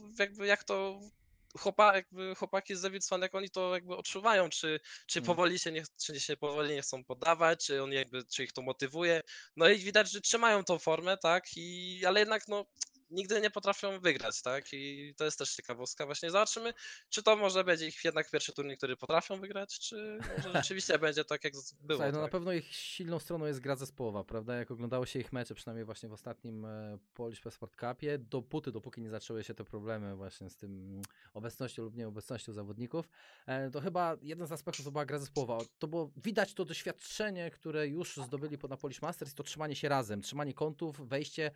to chłopaki z Davidson, jak oni to jakby odczuwają, czy powoli czy się powoli nie chcą poddawać, czy ich to motywuje. No i widać, że trzymają tą formę, tak, ale jednak no nigdy nie potrafią wygrać, tak, i to jest też ciekawostka. Właśnie zobaczymy, czy to może będzie ich jednak pierwszy turniej, który potrafią wygrać, czy może rzeczywiście będzie tak, jak było. Słuchaj, no tak? na pewno ich silną stroną jest gra zespołowa, prawda? Jak oglądało się ich mecze, przynajmniej właśnie w ostatnim Polish Sport Cupie, dopóki nie zaczęły się te problemy właśnie z tym obecnością lub nieobecnością zawodników, to chyba jeden z aspektów to była gra zespołowa. To było widać to doświadczenie, które już zdobyli na Polish Masters, to trzymanie się razem, trzymanie kątów, wejście,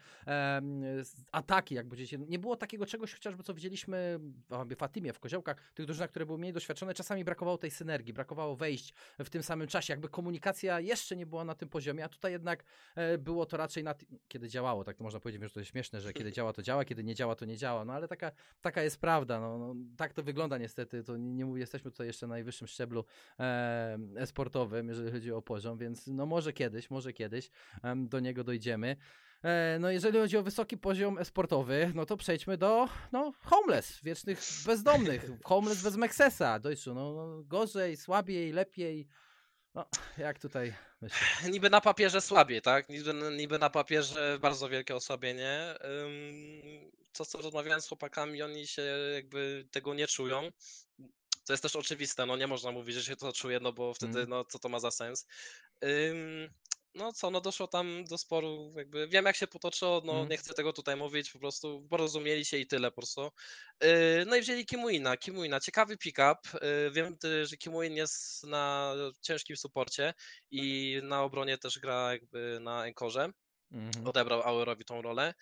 ataki, jak będziecie. Nie było takiego czegoś chociażby, co widzieliśmy w Fatimie, w Koziołkach, tych drużynach, które były mniej doświadczone, czasami brakowało tej synergii, brakowało wejść w tym samym czasie, jakby komunikacja jeszcze nie była na tym poziomie, a tutaj jednak było to raczej kiedy działało, tak to można powiedzieć, że to jest śmieszne, że kiedy działa, kiedy nie działa, to nie działa, no ale taka jest prawda, no, tak to wygląda niestety, to nie mówię, jesteśmy tutaj jeszcze na najwyższym szczeblu sportowym, jeżeli chodzi o poziom, więc no może kiedyś do niego dojdziemy. No jeżeli chodzi o wysoki poziom sportowy, no to przejdźmy do homeless, wiecznych bezdomnych, homeless bez Mexesa, Deutschu, no gorzej, słabiej, lepiej, no jak tutaj myślę? Niby na papierze słabiej, tak? Niby na papierze bardzo wielkie osłabienie. Co rozmawiałem z chłopakami, oni się jakby tego nie czują. To jest też oczywiste, no nie można mówić, że się to czuje, no bo wtedy, no co to ma za sens. No doszło tam do sporu, jakby wiem jak się potoczyło, no nie chcę tego tutaj mówić, po prostu porozumieli się i tyle po prostu. No i wzięli Kimuina, ciekawy pick-up, wiem, że Kimuin jest na ciężkim suporcie i na obronie też gra jakby na Enkorze, odebrał Aurowi tą rolę.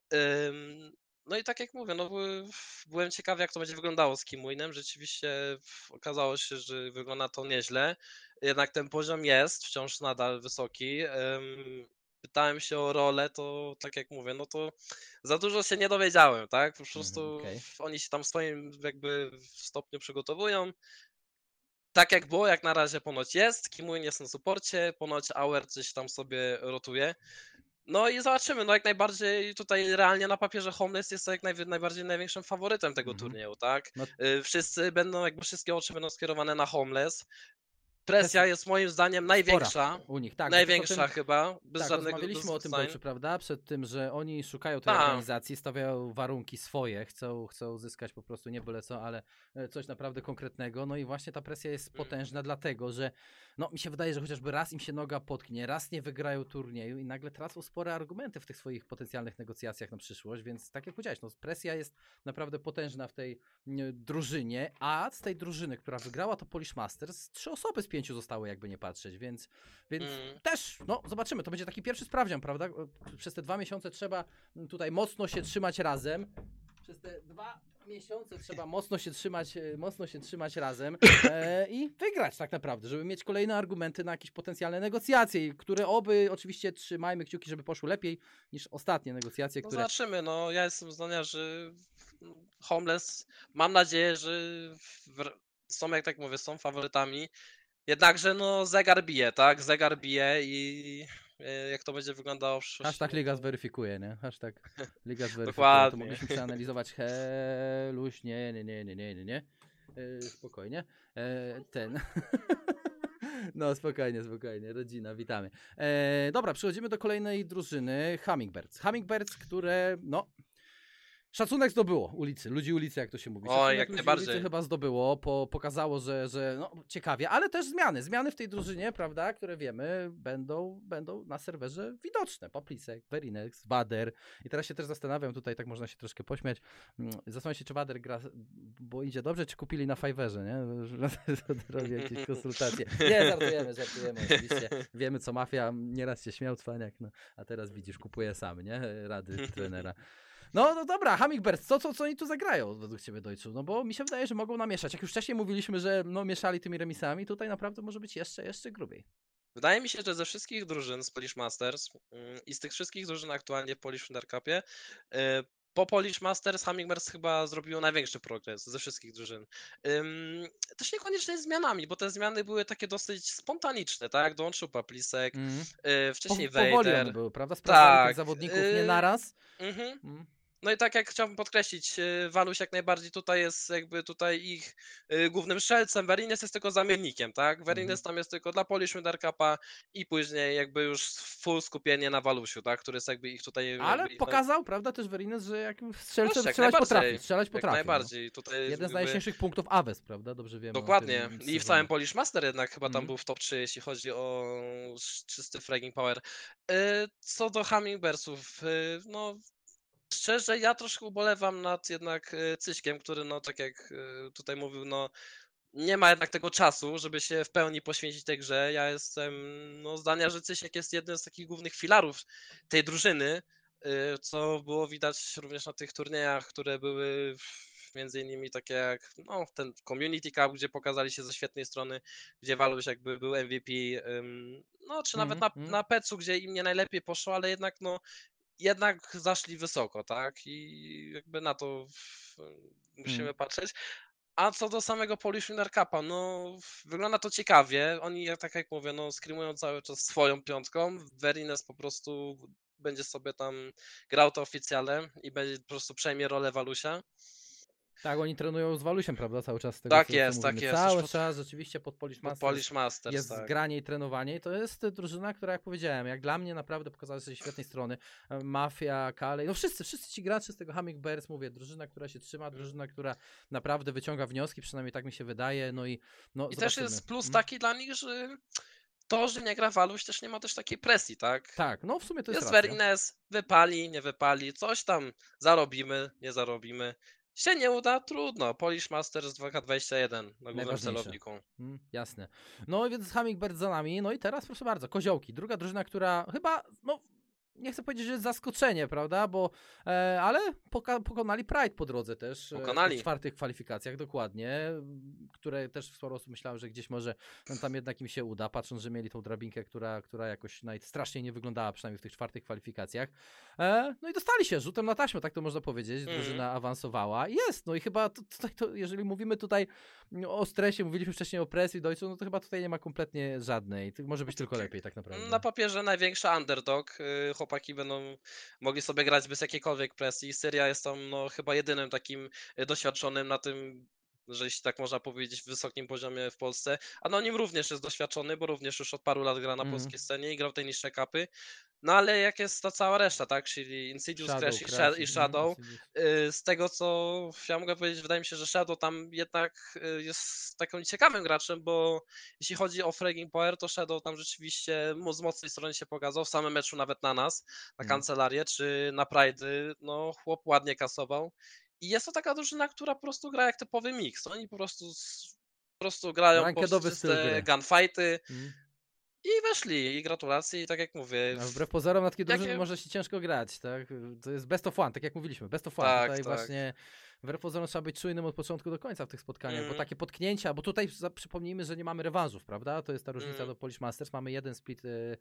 No i tak jak mówię, no byłem ciekawy jak to będzie wyglądało z Kimuinem, rzeczywiście okazało się, że wygląda to nieźle, jednak ten poziom jest wciąż nadal wysoki. Pytałem się o rolę, to tak jak mówię, no to za dużo się nie dowiedziałem, tak? Po prostu oni się tam w swoim jakby stopniu przygotowują. Tak jak było, jak na razie ponoć jest, Kimuin jest na suporcie, ponoć Auer coś tam sobie rotuje. No i zobaczymy, no jak najbardziej tutaj realnie na papierze Homeless jest to jak najbardziej największym faworytem tego turnieju, tak? No. Wszyscy będą, jakby wszystkie oczy będą skierowane na Homeless. Presja jest moim zdaniem największa. U nich, tak. Największa chyba, bez tak, żadnego rozmawialiśmy o tym, Deutsche, prawda? Przed tym, że oni szukają tej Tak. organizacji, stawiają warunki swoje, chcą uzyskać po prostu nie byle co, ale coś naprawdę konkretnego. No i właśnie ta presja jest potężna, dlatego że no mi się wydaje, że chociażby raz im się noga potknie, raz nie wygrają turnieju i nagle tracą spore argumenty w tych swoich potencjalnych negocjacjach na przyszłość, więc tak jak powiedziałeś, no presja jest naprawdę potężna w tej drużynie, a z tej drużyny, która wygrała to Polish Masters, 3 osoby z 5 zostały, jakby nie patrzeć, więc też, no zobaczymy, to będzie taki pierwszy sprawdzian, prawda? Przez te 2 miesiące trzeba tutaj mocno się trzymać razem. Przez te 2 miesiące trzeba mocno się trzymać razem i wygrać tak naprawdę, żeby mieć kolejne argumenty na jakieś potencjalne negocjacje, które oby oczywiście trzymajmy kciuki, żeby poszły lepiej niż ostatnie negocjacje, No które... zobaczymy, no ja jestem zdania, że Homeless, mam nadzieję, że są, jak tak mówię, są faworytami. Jednakże no zegar bije, tak? Zegar bije i jak to będzie wyglądało w przyszłości. Hashtag Liga zweryfikuje, nie? Hashtag Liga zweryfikuje. Dokładnie. To mogliśmy przeanalizować. Heluś, nie. Spokojnie. No spokojnie, spokojnie, rodzina, witamy. Dobra, przechodzimy do kolejnej drużyny, Hummingbirds. Hummingbirds, które, no, szacunek zdobyło ulicy, ludzi ulicy, jak to się mówi. Oj, Szacunek jak ludzi najbardziej. ulicy chyba zdobyło, pokazało, że no, ciekawie, ale też zmiany w tej drużynie, prawda, które wiemy, będą na serwerze widoczne. Poplisek, Verinex, Wader. I teraz się też zastanawiam, tutaj tak można się troszkę pośmiać, zastanawiam się, czy Wader gra, bo idzie dobrze, czy kupili na Fiverrze, nie? Robię jakieś konsultacje. Nie, żartujemy, oczywiście. Wiemy, co mafia, nieraz się śmiał cwaniak, no, a teraz widzisz, kupuje sam, nie? Rady trenera. No dobra, Hummingbirds, co oni tu zagrają według ciebie, Dojczu? No bo mi się wydaje, że mogą namieszać. Jak już wcześniej mówiliśmy, że no mieszali tymi remisami, tutaj naprawdę może być jeszcze grubiej. Wydaje mi się, że ze wszystkich drużyn z Polish Masters i z tych wszystkich drużyn aktualnie w Polish Winter Cupie, po Polish Masters Hummingbirds chyba zrobiło największy progres ze wszystkich drużyn. Też niekoniecznie zmianami, bo te zmiany były takie dosyć spontaniczne, tak? Dołączył Paplisek, wcześniej Powoli one Vader. były, prawda? Sprawdzali tych Tak. zawodników nie naraz. No i tak jak chciałbym podkreślić, Waluś jak najbardziej tutaj jest jakby tutaj ich głównym strzelcem, Verines jest tylko zamiennikiem, tak? Verines tam jest tylko dla Polish Winter Cupa i później jakby już full skupienie na Walusiu, tak? Który jest jakby ich tutaj... Ale jakby pokazał, prawda, też Verines, że jak strzelcem jak strzelać najbardziej, potrafi. Jak najbardziej. Tutaj Jeden z jakby... najjaśniejszych punktów Aves, prawda? Dobrze wiemy. Dokładnie. O tym I w całym Polish Master jednak chyba tam Mhm. był w top 3, jeśli chodzi o czysty fragging power. Co do Hummingbirdsów, no szczerze, ja troszkę ubolewam nad jednak Cyśkiem, który no tak jak tutaj mówił, no nie ma jednak tego czasu, żeby się w pełni poświęcić tej grze. Ja jestem no, zdania, że Cysiek jest jednym z takich głównych filarów tej drużyny, co było widać również na tych turniejach, które były między innymi takie jak no, ten Community Cup, gdzie pokazali się ze świetnej strony, gdzie Waluś jakby był MVP, no czy nawet na Pecu, gdzie im nie najlepiej poszło, ale jednak zaszli wysoko, tak? I jakby na to musimy patrzeć. A co do samego Polish Winter Cupa, no wygląda to ciekawie. Oni, tak jak mówię, no screamują cały czas swoją piątką. Verines po prostu będzie sobie tam grał to oficjalnie i będzie po prostu przejmie rolę Walusia. Tak, oni trenują z Walusiem, prawda, cały czas z tego, Tak co jest. Cały czas rzeczywiście pod Polish Pod Masters Polish Masters, jest tak. zgranie i trenowanie i to jest drużyna, która jak powiedziałem, jak dla mnie naprawdę pokazała się ze świetnej strony. Mafia, Kalej, no wszyscy ci gracze z tego Hummingbirds, mówię, drużyna, która się trzyma, drużyna, która naprawdę wyciąga wnioski, przynajmniej tak mi się wydaje, no i no I zobaczymy. też jest plus taki dla nich, że to, że nie gra Waluś, też nie ma też takiej presji, tak? Tak, no w sumie to jest Jest racja. Verines, wypali, nie wypali, coś tam zarobimy, nie zarobimy. Się nie uda, trudno. Polish Masters 2K21 na głównym celowniku. Jasne. No więc Hummingbird za nami. No i teraz proszę bardzo, Koziołki. Druga drużyna, która chyba, no nie chcę powiedzieć, że jest zaskoczenie, prawda, bo ale pokonali Pride po drodze też. Pokonali. W czwartych kwalifikacjach, dokładnie, które też sporo osób myślało, że gdzieś może tam jednak im się uda, patrząc, że mieli tą drabinkę, która jakoś strasznie nie wyglądała, przynajmniej w tych czwartych kwalifikacjach. No i dostali się rzutem na taśmę, tak to można powiedzieć. Drużyna awansowała. Jest, no i chyba jeżeli mówimy tutaj o stresie, mówiliśmy wcześniej o presji Dojcu, no to chyba tutaj nie ma kompletnie żadnej. Może być tylko lepiej tak naprawdę. Na papierze największy underdog. Chłopaki będą mogli sobie grać bez jakiejkolwiek presji. Syria jest tam no, chyba jedynym takim doświadczonym na tym, że jeśli tak można powiedzieć, w wysokim poziomie w Polsce. Anonim również jest doświadczony, bo również już od paru lat gra na polskiej scenie i grał te niższe kapy. No ale jak jest ta cała reszta, tak? Czyli Insidious, Crash i Shadow. Z tego co ja mogę powiedzieć, wydaje mi się, że Shadow tam jednak jest takim ciekawym graczem, bo jeśli chodzi o fragging power, to Shadow tam rzeczywiście z mocnej strony się pokazał, w samym meczu nawet na nas, na kancelarię czy na Pride, no chłop ładnie kasował. I jest to taka drużyna, która po prostu gra jak typowy mix. Oni po prostu grają po czyste gunfighty. I weszli, i gratulacje, i tak jak mówię. No, wbrew pozorom na takiej drużyny może się ciężko grać, tak? To jest best of one, tak jak mówiliśmy, best of one. Tak, tutaj tak. właśnie wbrew pozorom trzeba być czujnym od początku do końca w tych spotkaniach, bo takie potknięcia, bo tutaj przypomnijmy, że nie mamy rewanżów, prawda? To jest ta różnica do Polish Masters, mamy jeden split,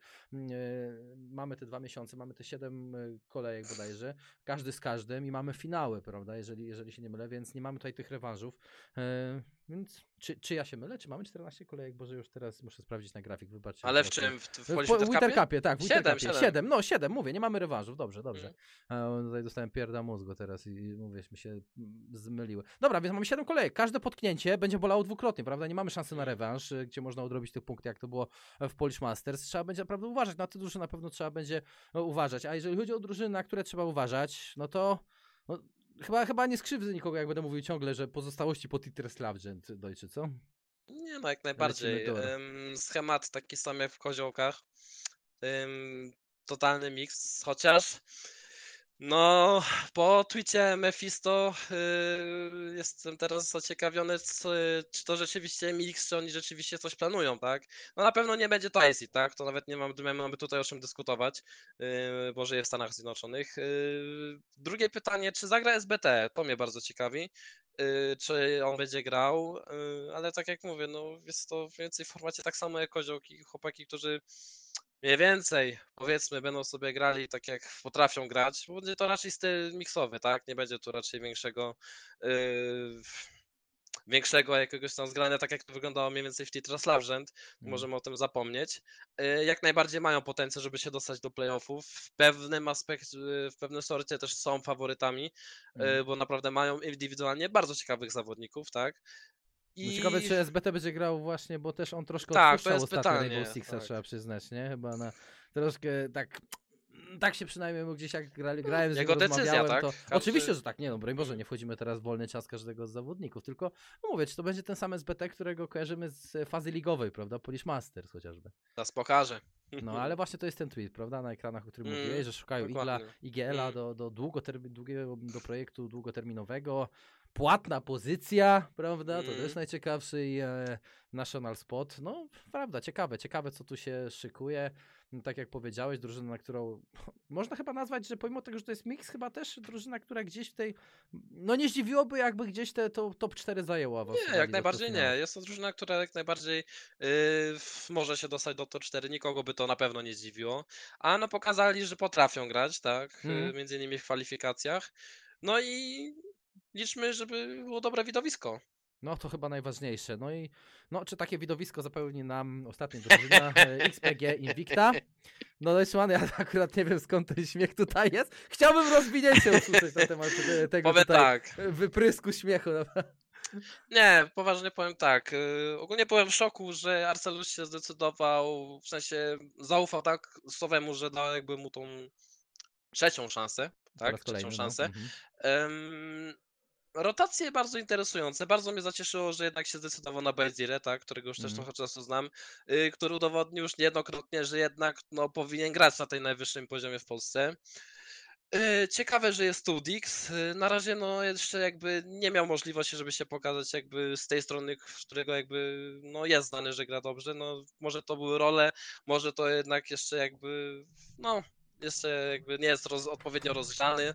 mamy te 2 miesiące, mamy te 7 kolejek bodajże, każdy z każdym i mamy finały, prawda? Jeżeli się nie mylę, więc nie mamy tutaj tych rewanżów. Więc czy ja się mylę? Czy mamy 14 kolejek? Boże, już teraz muszę sprawdzić na grafik, wybaczcie. Ale w czym? W W Polish Winter Cupie, tak, w Winter 7, Cupie. 7. 7, no 7, mówię, nie mamy rewanżów, dobrze. Mm. Tutaj dostałem pierda mózgu teraz i mówię, mi się zmyliły. Dobra, więc mamy 7 kolejek, każde potknięcie będzie bolało dwukrotnie, prawda? Nie mamy szansy na rewanż, gdzie można odrobić tych punktów, jak to było w Polish Masters. Trzeba będzie naprawdę uważać, na te drużyny na pewno trzeba będzie uważać, a jeżeli chodzi o drużyny, na które trzeba uważać, no to... No, chyba nie skrzywdzę nikogo, jak będę mówił ciągle, że pozostałości po Titres Legend, Dojczy, co? Nie no, jak najbardziej. Schemat taki sam jak w koziołkach. Totalny miks, chociaż no po tweetie Mephisto jestem teraz zaciekawiony, czy to rzeczywiście mix, czy oni rzeczywiście coś planują, tak? No na pewno nie będzie to IC, tak? To nawet nie mamy tutaj o czym dyskutować, bo żyje w Stanach Zjednoczonych. Drugie pytanie, czy zagra SBT? To mnie bardzo ciekawi. Czy on będzie grał, ale tak jak mówię, no jest to mniej więcej w formacie tak samo jak koziołki, chłopaki, którzy mniej więcej, powiedzmy, będą sobie grali tak jak potrafią grać, bo będzie to raczej styl miksowy, tak? Nie będzie tu raczej większego jakiegoś tam zgrania, tak jak to wyglądało mniej więcej w Titras Legend, możemy o tym zapomnieć. Jak najbardziej mają potencjał, żeby się dostać do playoffów. W pewnym aspekcie, w pewnym sorcie też są faworytami, bo naprawdę mają indywidualnie bardzo ciekawych zawodników, tak? No ciekawe, czy SBT będzie grał właśnie, bo też on troszkę Tak, to odpuszczał jest ostatnio pytanie, Rainbow Sixa, tak. trzeba przyznać, nie? Chyba na troszkę tak się przynajmniej gdzieś jak grałem z nim, Jego decyzja, rozmawiałem, tak? to Każdy- oczywiście, że tak, nie no, broń Boże, nie wchodzimy teraz w wolny czas każdego z zawodników, tylko no mówię, czy to będzie ten sam SBT, którego kojarzymy z fazy ligowej, prawda, Polish Masters chociażby. Teraz pokażę. No, ale właśnie to jest ten tweet, prawda, na ekranach, o którym mówiłeś, że szukają dokładnie. IGL-a do projektu długoterminowego. Płatna pozycja, prawda, to też najciekawszy National Spot. No, prawda, ciekawe co tu się szykuje. No, tak jak powiedziałeś, drużyna, na którą można chyba nazwać, że pomimo tego, że to jest mix, chyba też drużyna, która gdzieś w tej, no nie zdziwiłoby, jakby gdzieś te top 4 zajęła. Nie, jak najbardziej nie. Jest to drużyna, która jak najbardziej może się dostać do top 4. Nikogo by to na pewno nie zdziwiło. A no pokazali, że potrafią grać, tak? Między innymi w kwalifikacjach. No i liczmy, żeby było dobre widowisko. No to chyba najważniejsze. No i no, czy takie widowisko zapewni nam ostatnia drużyna XPG Invicta? No Leszman, ja akurat nie wiem skąd ten śmiech tutaj jest. Chciałbym rozwinięcie usłyszeć na temat tego Powiem tutaj tak. wyprysku śmiechu. Nie, poważnie powiem tak. Ogólnie byłem w szoku, że Arcelus się zdecydował, w sensie zaufał tak Sowemu, że dał jakby mu tą trzecią szansę. Tak, trzecią szansę. Rotacje bardzo interesujące. Bardzo mnie zacieszyło, że jednak się zdecydował na Benzire, tak, którego już też trochę czasu znam, który udowodnił już niejednokrotnie, że jednak no, powinien grać na tej najwyższym poziomie w Polsce. Ciekawe, że jest Studix. Na razie no jeszcze jakby nie miał możliwości, żeby się pokazać jakby z tej strony, z którego jakby no jest znany, że gra dobrze. No może to były role, może to jednak jeszcze jakby no jeszcze jakby nie jest odpowiednio rozgrzany.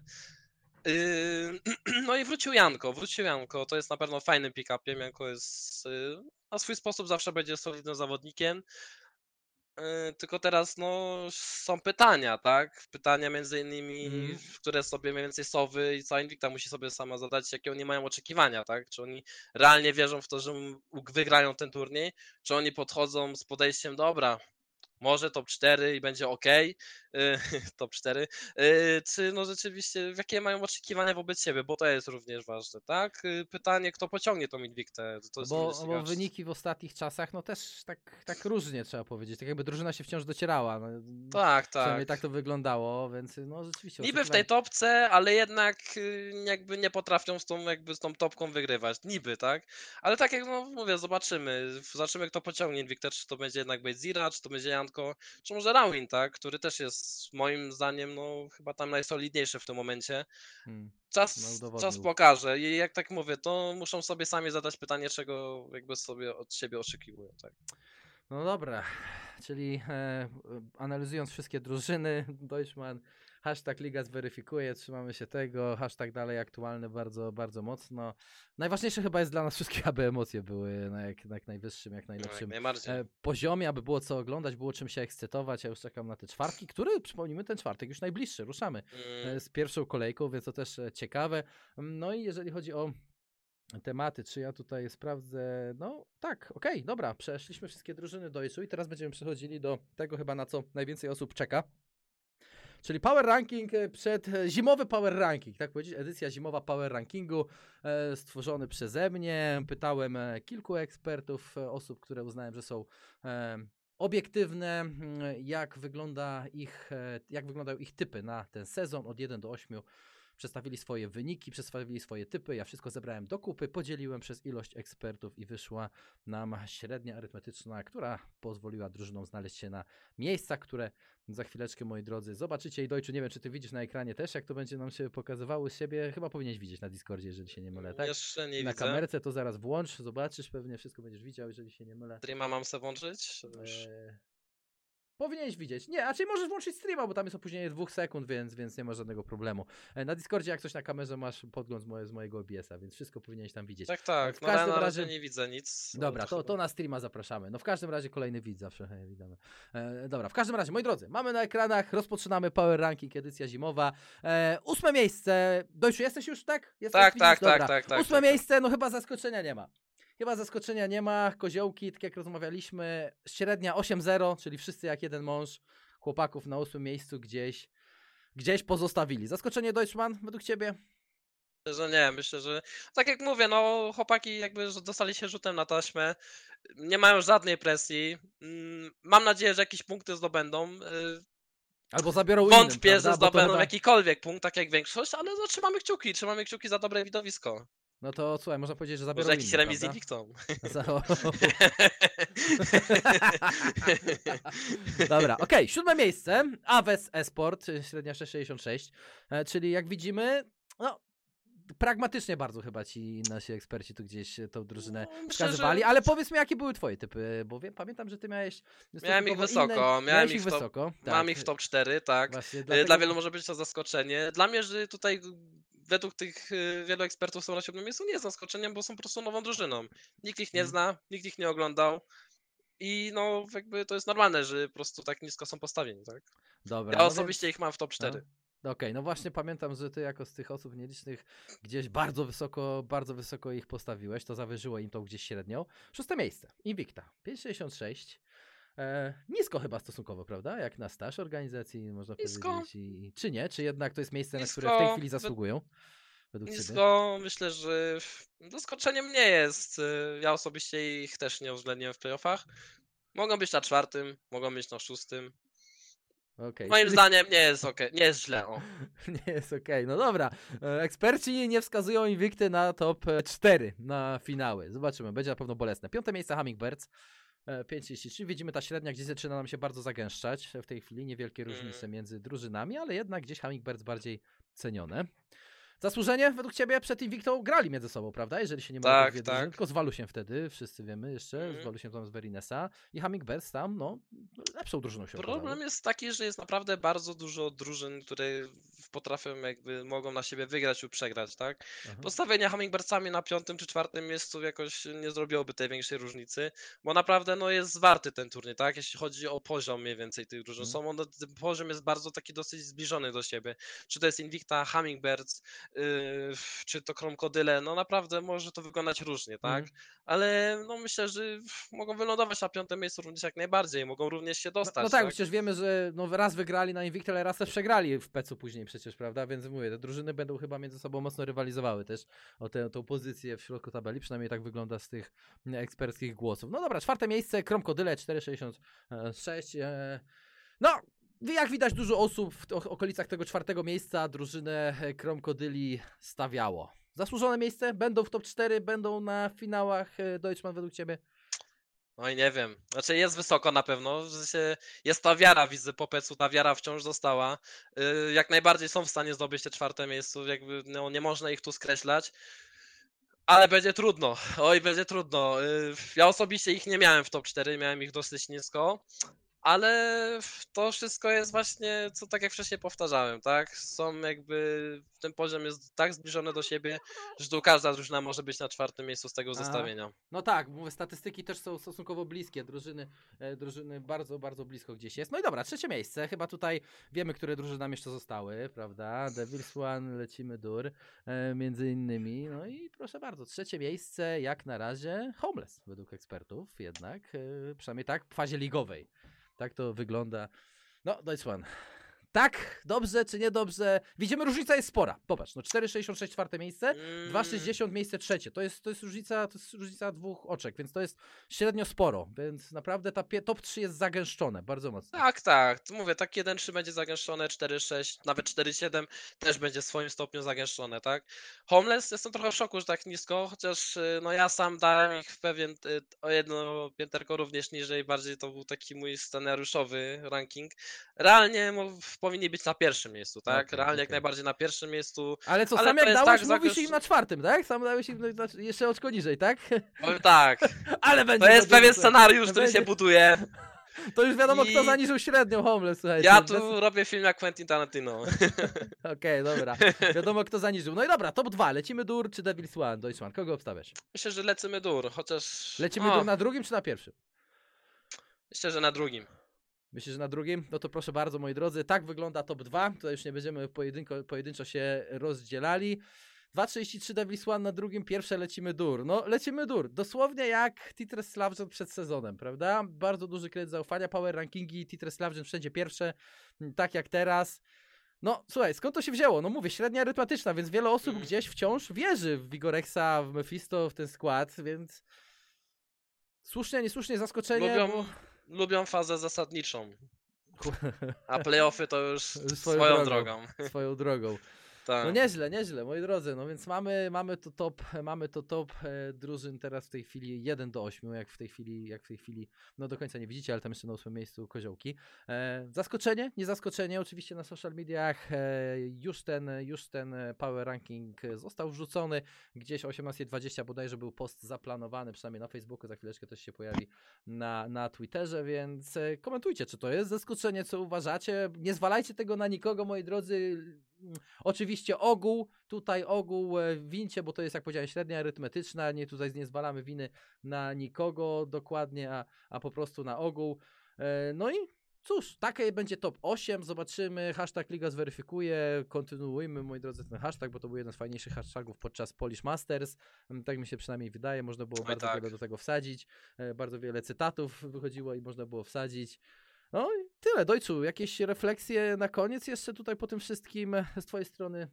No i wrócił Janko, to jest na pewno fajnym pick-upiem, Janko jest na swój sposób zawsze będzie solidnym zawodnikiem, tylko teraz no są pytania, tak, pytania między innymi, które sobie mniej więcej Sowy i cała Invicta musi sobie sama zadać, jakie oni mają oczekiwania, tak, czy oni realnie wierzą w to, że wygrają ten turniej, czy oni podchodzą z podejściem, dobra, może top 4 i będzie ok, top 4, czy no rzeczywiście, jakie mają oczekiwania wobec siebie, bo to jest również ważne, tak? Pytanie, kto pociągnie tą Invictę, to jest Bo wyniki w ostatnich czasach, no też tak różnie trzeba powiedzieć, tak jakby drużyna się wciąż docierała. No, tak. Przynajmniej tak to wyglądało, więc no rzeczywiście. Niby w tej topce, ale jednak jakby nie potrafią z tą topką wygrywać, niby, tak? Ale tak jak no, mówię, zobaczymy kto pociągnie Invictę, czy to będzie jednak Bejzira, czy to będzie Janko, czy może Rawin, tak? Który też jest moim zdaniem no chyba tam najsolidniejszy w tym momencie. Czas pokaże i jak tak mówię, to muszą sobie sami zadać pytanie, czego jakby sobie od siebie oczekiwują, tak? No dobra, czyli analizując wszystkie drużyny, Deutschman, hashtag Liga zweryfikuje, trzymamy się tego, hashtag dalej aktualny bardzo, bardzo mocno. Najważniejsze chyba jest dla nas wszystkich, aby emocje były na jak najwyższym, jak najlepszym poziomie, aby było co oglądać, było czym się ekscytować. Ja już czekam na te czwartki, przypomnijmy, ten czwartek już najbliższy, ruszamy z pierwszą kolejką, więc to też ciekawe. No i jeżeli chodzi o tematy, czy ja tutaj sprawdzę. No tak, okej, dobra, przeszliśmy wszystkie drużyny Deutschu i teraz będziemy przechodzili do tego chyba, na co najwięcej osób czeka. Czyli Power Ranking zimowy Power Ranking, tak powiedzieć, edycja zimowa Power Rankingu, stworzony przeze mnie. Pytałem kilku ekspertów, osób, które uznałem, że są obiektywne, jak wyglądają ich typy na ten sezon od 1 do 8. Przedstawili swoje wyniki, przedstawili swoje typy, ja wszystko zebrałem do kupy, podzieliłem przez ilość ekspertów i wyszła nam średnia arytmetyczna, która pozwoliła drużynom znaleźć się na miejsca, które za chwileczkę, moi drodzy, zobaczycie. I Dojczu, nie wiem, czy ty widzisz na ekranie też, jak to będzie nam się pokazywało z siebie. Chyba powinieneś widzieć na Discordzie, jeżeli się nie mylę, tak? Jeszcze nie Na widzę. kamerce to zaraz włącz, zobaczysz, pewnie wszystko będziesz widział, jeżeli się nie mylę. Streama mam sobie włączyć? Powinieneś widzieć. Nie, a czyli możesz włączyć streama, bo tam jest opóźnienie 2 sekund, więc nie ma żadnego problemu. Na Discordzie jak coś na kamerze masz podgląd z mojego OBS-a, więc wszystko powinieneś tam widzieć. Tak, W no każdym na razie razie nie widzę nic. Dobra, to na streama zapraszamy. No w każdym razie kolejny widz zawsze witamy. Dobra, w każdym razie, moi drodzy, mamy na ekranach, rozpoczynamy Power Ranking, edycja zimowa. 8 miejsce. Dojczu, jesteś już, tak? Tak. 8 miejsce, no chyba zaskoczenia nie ma. Koziołki, tak jak rozmawialiśmy, średnia 8-0, czyli wszyscy jak jeden mąż. Chłopaków na 8 miejscu gdzieś pozostawili. Zaskoczenie Deutschman według ciebie? Że nie, myślę, że tak jak mówię, no chłopaki jakby dostali się rzutem na taśmę, nie mają żadnej presji. Mam nadzieję, że jakieś punkty zdobędą. Albo zabiorą Wątpię, innym, że zdobędą chyba... jakikolwiek punkt, tak jak większość, ale no, trzymamy kciuki za dobre widowisko. No to słuchaj, można powiedzieć, że zabiorą może jakiś innym, remis z Invictą. Dobra, okej, 7 miejsce, Aves Esport, średnia 6,66, czyli jak widzimy, no pragmatycznie bardzo chyba ci nasi eksperci tu gdzieś tą drużynę wskazywali, ale powiedz mi, jakie były twoje typy, bo pamiętam, że ty miałeś... Miałem ich wysoko, mam ich w top 4, tak. Właśnie, dlatego... Dla wielu może być to zaskoczenie. Dla mnie, że tutaj według tych wielu ekspertów są na 7 miejscu, nie jest zaskoczeniem, bo są po prostu nową drużyną. Nikt ich nie zna, nikt ich nie oglądał i no jakby to jest normalne, że po prostu tak nisko są postawieni, tak. Dobra, ja osobiście ich mam w top 4. Okej, no właśnie pamiętam, że ty jako z tych osób nielicznych gdzieś bardzo wysoko ich postawiłeś, to zawyżyło im tą gdzieś średnią. 6 miejsce, Invicta, 5,66. Nisko chyba stosunkowo, prawda? Jak na staż organizacji, można powiedzieć. Czy nie? Czy jednak to jest miejsce, na które w tej chwili zasługują? Nisko, myślę, że zaskoczeniem nie jest. Ja osobiście ich też nie uwzględniłem w playoffach. Mogą być na 4, mogą być na 6. Okay. Moim zdaniem nie jest nie jest źle. Nie jest okej. No dobra. Eksperci nie wskazują Invicty na top 4 na finały. Zobaczymy, będzie na pewno bolesne. 5 miejsce Hummingbirds. 5,33. Widzimy, ta średnia gdzieś zaczyna nam się bardzo zagęszczać. W tej chwili niewielkie różnice między drużynami, ale jednak gdzieś Hummingbirds bardziej cenione. Zasłużenie według ciebie przed Invictą grali między sobą, prawda? Jeżeli się nie mylę, tak. Tylko z Walusiem wtedy, wszyscy wiemy jeszcze, z Walusiem tam z Verinesa i Hummingbirds tam, no, lepszą drużyną się okazało. Problem jest taki, że jest naprawdę bardzo dużo drużyn, które potrafią mogą na siebie wygrać lub przegrać, tak? Postawienie Hummingbirdsami na 5. czy 4. miejscu jakoś nie zrobiłoby tej większej różnicy, bo naprawdę no jest warty ten turniej, tak? Jeśli chodzi o poziom mniej więcej tych drużyn. Ten poziom jest bardzo taki dosyć zbliżony do siebie. Czy to jest Invicta, Hummingbirds, czy to krokodyle, no naprawdę może to wyglądać różnie, tak? Ale no myślę, że mogą wylądować na 5. miejscu również jak najbardziej, mogą również się dostać. No tak, przecież wiemy, że no raz wygrali na Invicta, ale raz też przegrali w Pecu później przecież, prawda? Więc mówię, te drużyny będą chyba między sobą mocno rywalizowały też o tą pozycję w środku tabeli, przynajmniej tak wygląda z tych eksperckich głosów. No dobra, 4. miejsce, krokodyle 4,66. No, jak widać, dużo osób w okolicach tego 4. miejsca drużynę Krokodyli stawiało. Zasłużone miejsce? Będą w top 4? Będą na finałach Deutschman według ciebie? Oj, nie wiem. Znaczy jest wysoko na pewno. Jest ta wiara, widzę po Pecu, ta wiara wciąż została. Jak najbardziej są w stanie zdobyć te 4. miejsce. Jakby no, nie można ich tu skreślać. Ale będzie trudno. Oj, będzie trudno. Ja osobiście ich nie miałem w top 4, miałem ich dosyć nisko. Ale to wszystko jest właśnie, co tak jak wcześniej powtarzałem, tak? Są jakby, ten poziom jest tak zbliżony do siebie, że tu każda drużyna może być na 4. miejscu z tego Aha. zestawienia. No tak, mówię, statystyki też są stosunkowo bliskie, drużyny bardzo, bardzo blisko gdzieś jest. No i dobra, 3. miejsce, chyba tutaj wiemy, które drużyny nam jeszcze zostały, prawda? Devils One, lecimy dur, między innymi. No i proszę bardzo, 3. miejsce jak na razie Homeless, według ekspertów jednak, przynajmniej tak w fazie ligowej. Tak to wygląda. No, Deutschland. Tak, dobrze czy niedobrze? Widzimy, różnica jest spora. Popatrz, no 4,66 4. miejsce, 2,60 miejsce 3. To jest różnica 2 oczek, więc to jest średnio sporo, więc naprawdę ta top 3 jest zagęszczone, bardzo mocno. Tak, to mówię, tak 1-3 będzie zagęszczone, 4-6, nawet 4-7 też będzie w swoim stopniu zagęszczone, tak? Homeless, jestem trochę w szoku, że tak nisko, chociaż no ja sam dałem ich w pewien, o jedno pięterko również niżej, bardziej to był taki mój scenariuszowy ranking. Realnie powinni być na 1. miejscu, tak? Okej, Realnie jak okej. najbardziej na 1. miejscu, Ale co, ale sam to jak jest dałeś, tak mówisz im na 4, tak? Sam dałeś im jeszcze oczko niżej, tak? powiem tak, Ale będzie to jest dużo, pewien słuchaj. scenariusz, który Będzie- się buduje. To już wiadomo, kto I- zaniżył średnią Homeless, słuchajcie. Ja bez- tu robię film jak Quentin Tarantino. Okej, dobra. Wiadomo, kto zaniżył. No i dobra, top 2. Lecimy dur czy Devils One? Deutschland. Kogo obstawiasz? Myślę, że lecimy dur, chociaż. Lecimy dur na drugim czy na pierwszym? Myślę, że na drugim. Myślę, że na drugim? No to proszę bardzo, moi drodzy. Tak wygląda top 2. Tutaj już nie będziemy pojedynczo się rozdzielali. 2,33 Devils One na drugim, pierwsze lecimy dur. No, lecimy dur. Dosłownie jak Titres Slavžen przed sezonem, prawda? Bardzo duży kredyt zaufania, power rankingi, Titres Slavžen wszędzie pierwsze, tak jak teraz. No, słuchaj, skąd to się wzięło? No mówię, średnia arytmetyczna, więc wiele osób gdzieś wciąż wierzy w Vigorexa, w Mephisto, w ten skład, więc słusznie, niesłusznie zaskoczenie, Lubią fazę zasadniczą, a playoffy to już Swoją swoją drogą. drogą. swoją drogą. Tak. No nieźle, moi drodzy, no więc mamy to top drużyn teraz w tej chwili 1 do 8, jak w tej chwili, no do końca nie widzicie, ale tam jeszcze na 8 miejscu koziołki. Zaskoczenie, nie zaskoczenie, oczywiście na social mediach już ten power ranking został wrzucony, gdzieś o 18:20 bodajże był post zaplanowany, przynajmniej na Facebooku, za chwileczkę też się pojawi na Twitterze, więc komentujcie, czy to jest zaskoczenie, co uważacie, nie zwalajcie tego na nikogo, moi drodzy. Oczywiście ogół wincie, bo to jest, jak powiedziałem, średnia arytmetyczna, nie zwalamy winy na nikogo dokładnie, a po prostu na ogół. No i cóż, takie będzie top 8, zobaczymy, hashtag Liga zweryfikuje, kontynuujmy, moi drodzy, ten hashtag, bo to był jeden z fajniejszych hashtagów podczas Polish Masters, tak mi się przynajmniej wydaje, można było bardzo wiele do tego wsadzić, bardzo wiele cytatów wychodziło i można było wsadzić. No i tyle, Dojczu, jakieś refleksje na koniec jeszcze tutaj po tym wszystkim z twojej strony?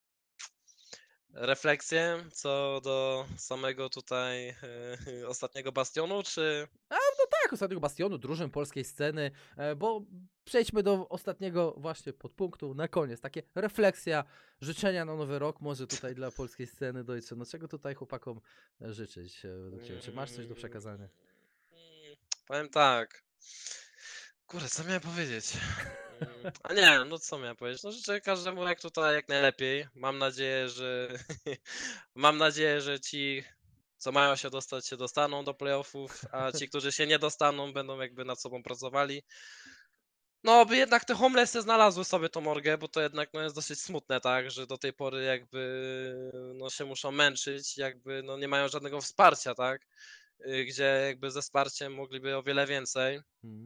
Refleksje co do samego tutaj ostatniego bastionu, czy... Tak, ostatniego bastionu, drużyn polskiej sceny, bo przejdźmy do ostatniego właśnie podpunktu na koniec. Takie refleksja, życzenia na nowy rok może tutaj dla polskiej sceny, Dojcze. No czego tutaj chłopakom życzyć według ciebie? Czy masz coś do przekazania? Powiem tak. Kurde, co miałem powiedzieć? A nie, no co miałem powiedzieć? No życzę każdemu jak tutaj jak najlepiej. Mam nadzieję, że mam nadzieję, że ci, co mają się dostać, się dostaną do playoffów, a ci, którzy się nie dostaną, będą jakby nad sobą pracowali. No, by jednak te homelessy znalazły sobie tą morgę, bo to jednak no, jest dosyć smutne, tak, że do tej pory jakby no, się muszą męczyć, jakby no, nie mają żadnego wsparcia, tak, gdzie jakby ze wsparciem mogliby o wiele więcej.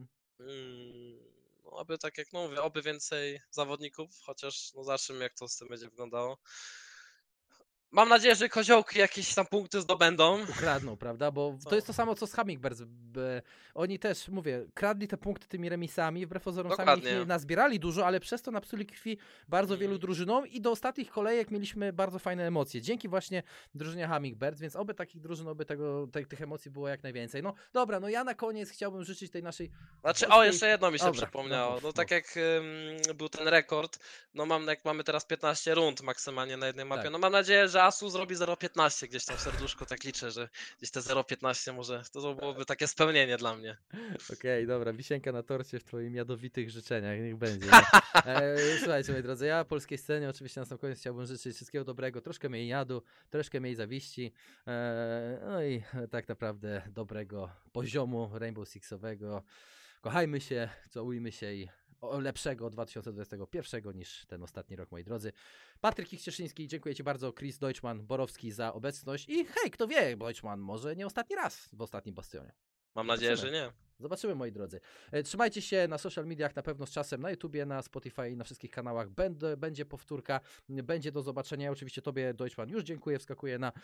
No, aby tak jak no mówię, oby więcej zawodników, chociaż no zobaczymy jak to z tym będzie wyglądało. Mam nadzieję, że koziołki jakieś tam punkty zdobędą. Ukradną, prawda? Bo to jest to samo co z Hummingbirds. Oni też, mówię, kradli te punkty tymi remisami, wbrew pozorom sami ich Dokładnie. nie nazbierali dużo, ale przez to napsuli krwi bardzo wielu drużynom i do ostatnich kolejek mieliśmy bardzo fajne emocje. Dzięki właśnie drużynie Hummingbirds, więc oby takich drużyn, oby tych emocji było jak najwięcej. No dobra, no ja na koniec chciałbym życzyć tej naszej Znaczy, polskiej... jeszcze jedno mi się Dobra, przypomniało. mów, No tak mów. jak był ten rekord, no jak mamy teraz 15 rund maksymalnie na jednej mapie, Tak. no mam nadzieję, że Asu zrobi 0,15 gdzieś tam w serduszku, tak liczę, że gdzieś te 0,15 może, to byłoby takie spełnienie dla mnie. Okej, dobra, wisienka na torcie w twoim jadowitych życzeniach, niech będzie. Słuchajcie, moi drodzy, ja polskiej scenie oczywiście na sam koniec chciałbym życzyć wszystkiego dobrego, troszkę mniej jadu, troszkę mniej zawiści, no i tak naprawdę dobrego poziomu Rainbow Sixowego. Kochajmy się, całujmy się i lepszego 2021 niż ten ostatni rok, moi drodzy. Patryk Cieszyński, dziękuję Ci bardzo. Chris Deutschmann, Borowski za obecność. I hej, kto wie, Deutschmann, może nie ostatni raz w ostatnim Bastionie. Mam nadzieję, że nie. Zobaczymy, moi drodzy. Trzymajcie się na social mediach, na pewno z czasem, na YouTubie, na Spotify i na wszystkich kanałach. Będzie powtórka, będzie do zobaczenia. Oczywiście Tobie, Deutschmann, już dziękuję, wskakuję na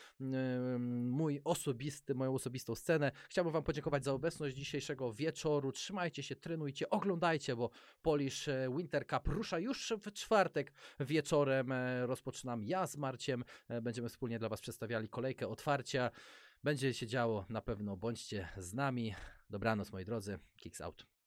moją osobistą scenę. Chciałbym Wam podziękować za obecność dzisiejszego wieczoru. Trzymajcie się, trenujcie, oglądajcie, bo Polish Winter Cup rusza już w czwartek wieczorem. Rozpoczynam ja z Marciem. Będziemy wspólnie dla Was przedstawiali kolejkę otwarcia. Będzie się działo na pewno, bądźcie z nami. Dobranoc, moi drodzy. Kicks out.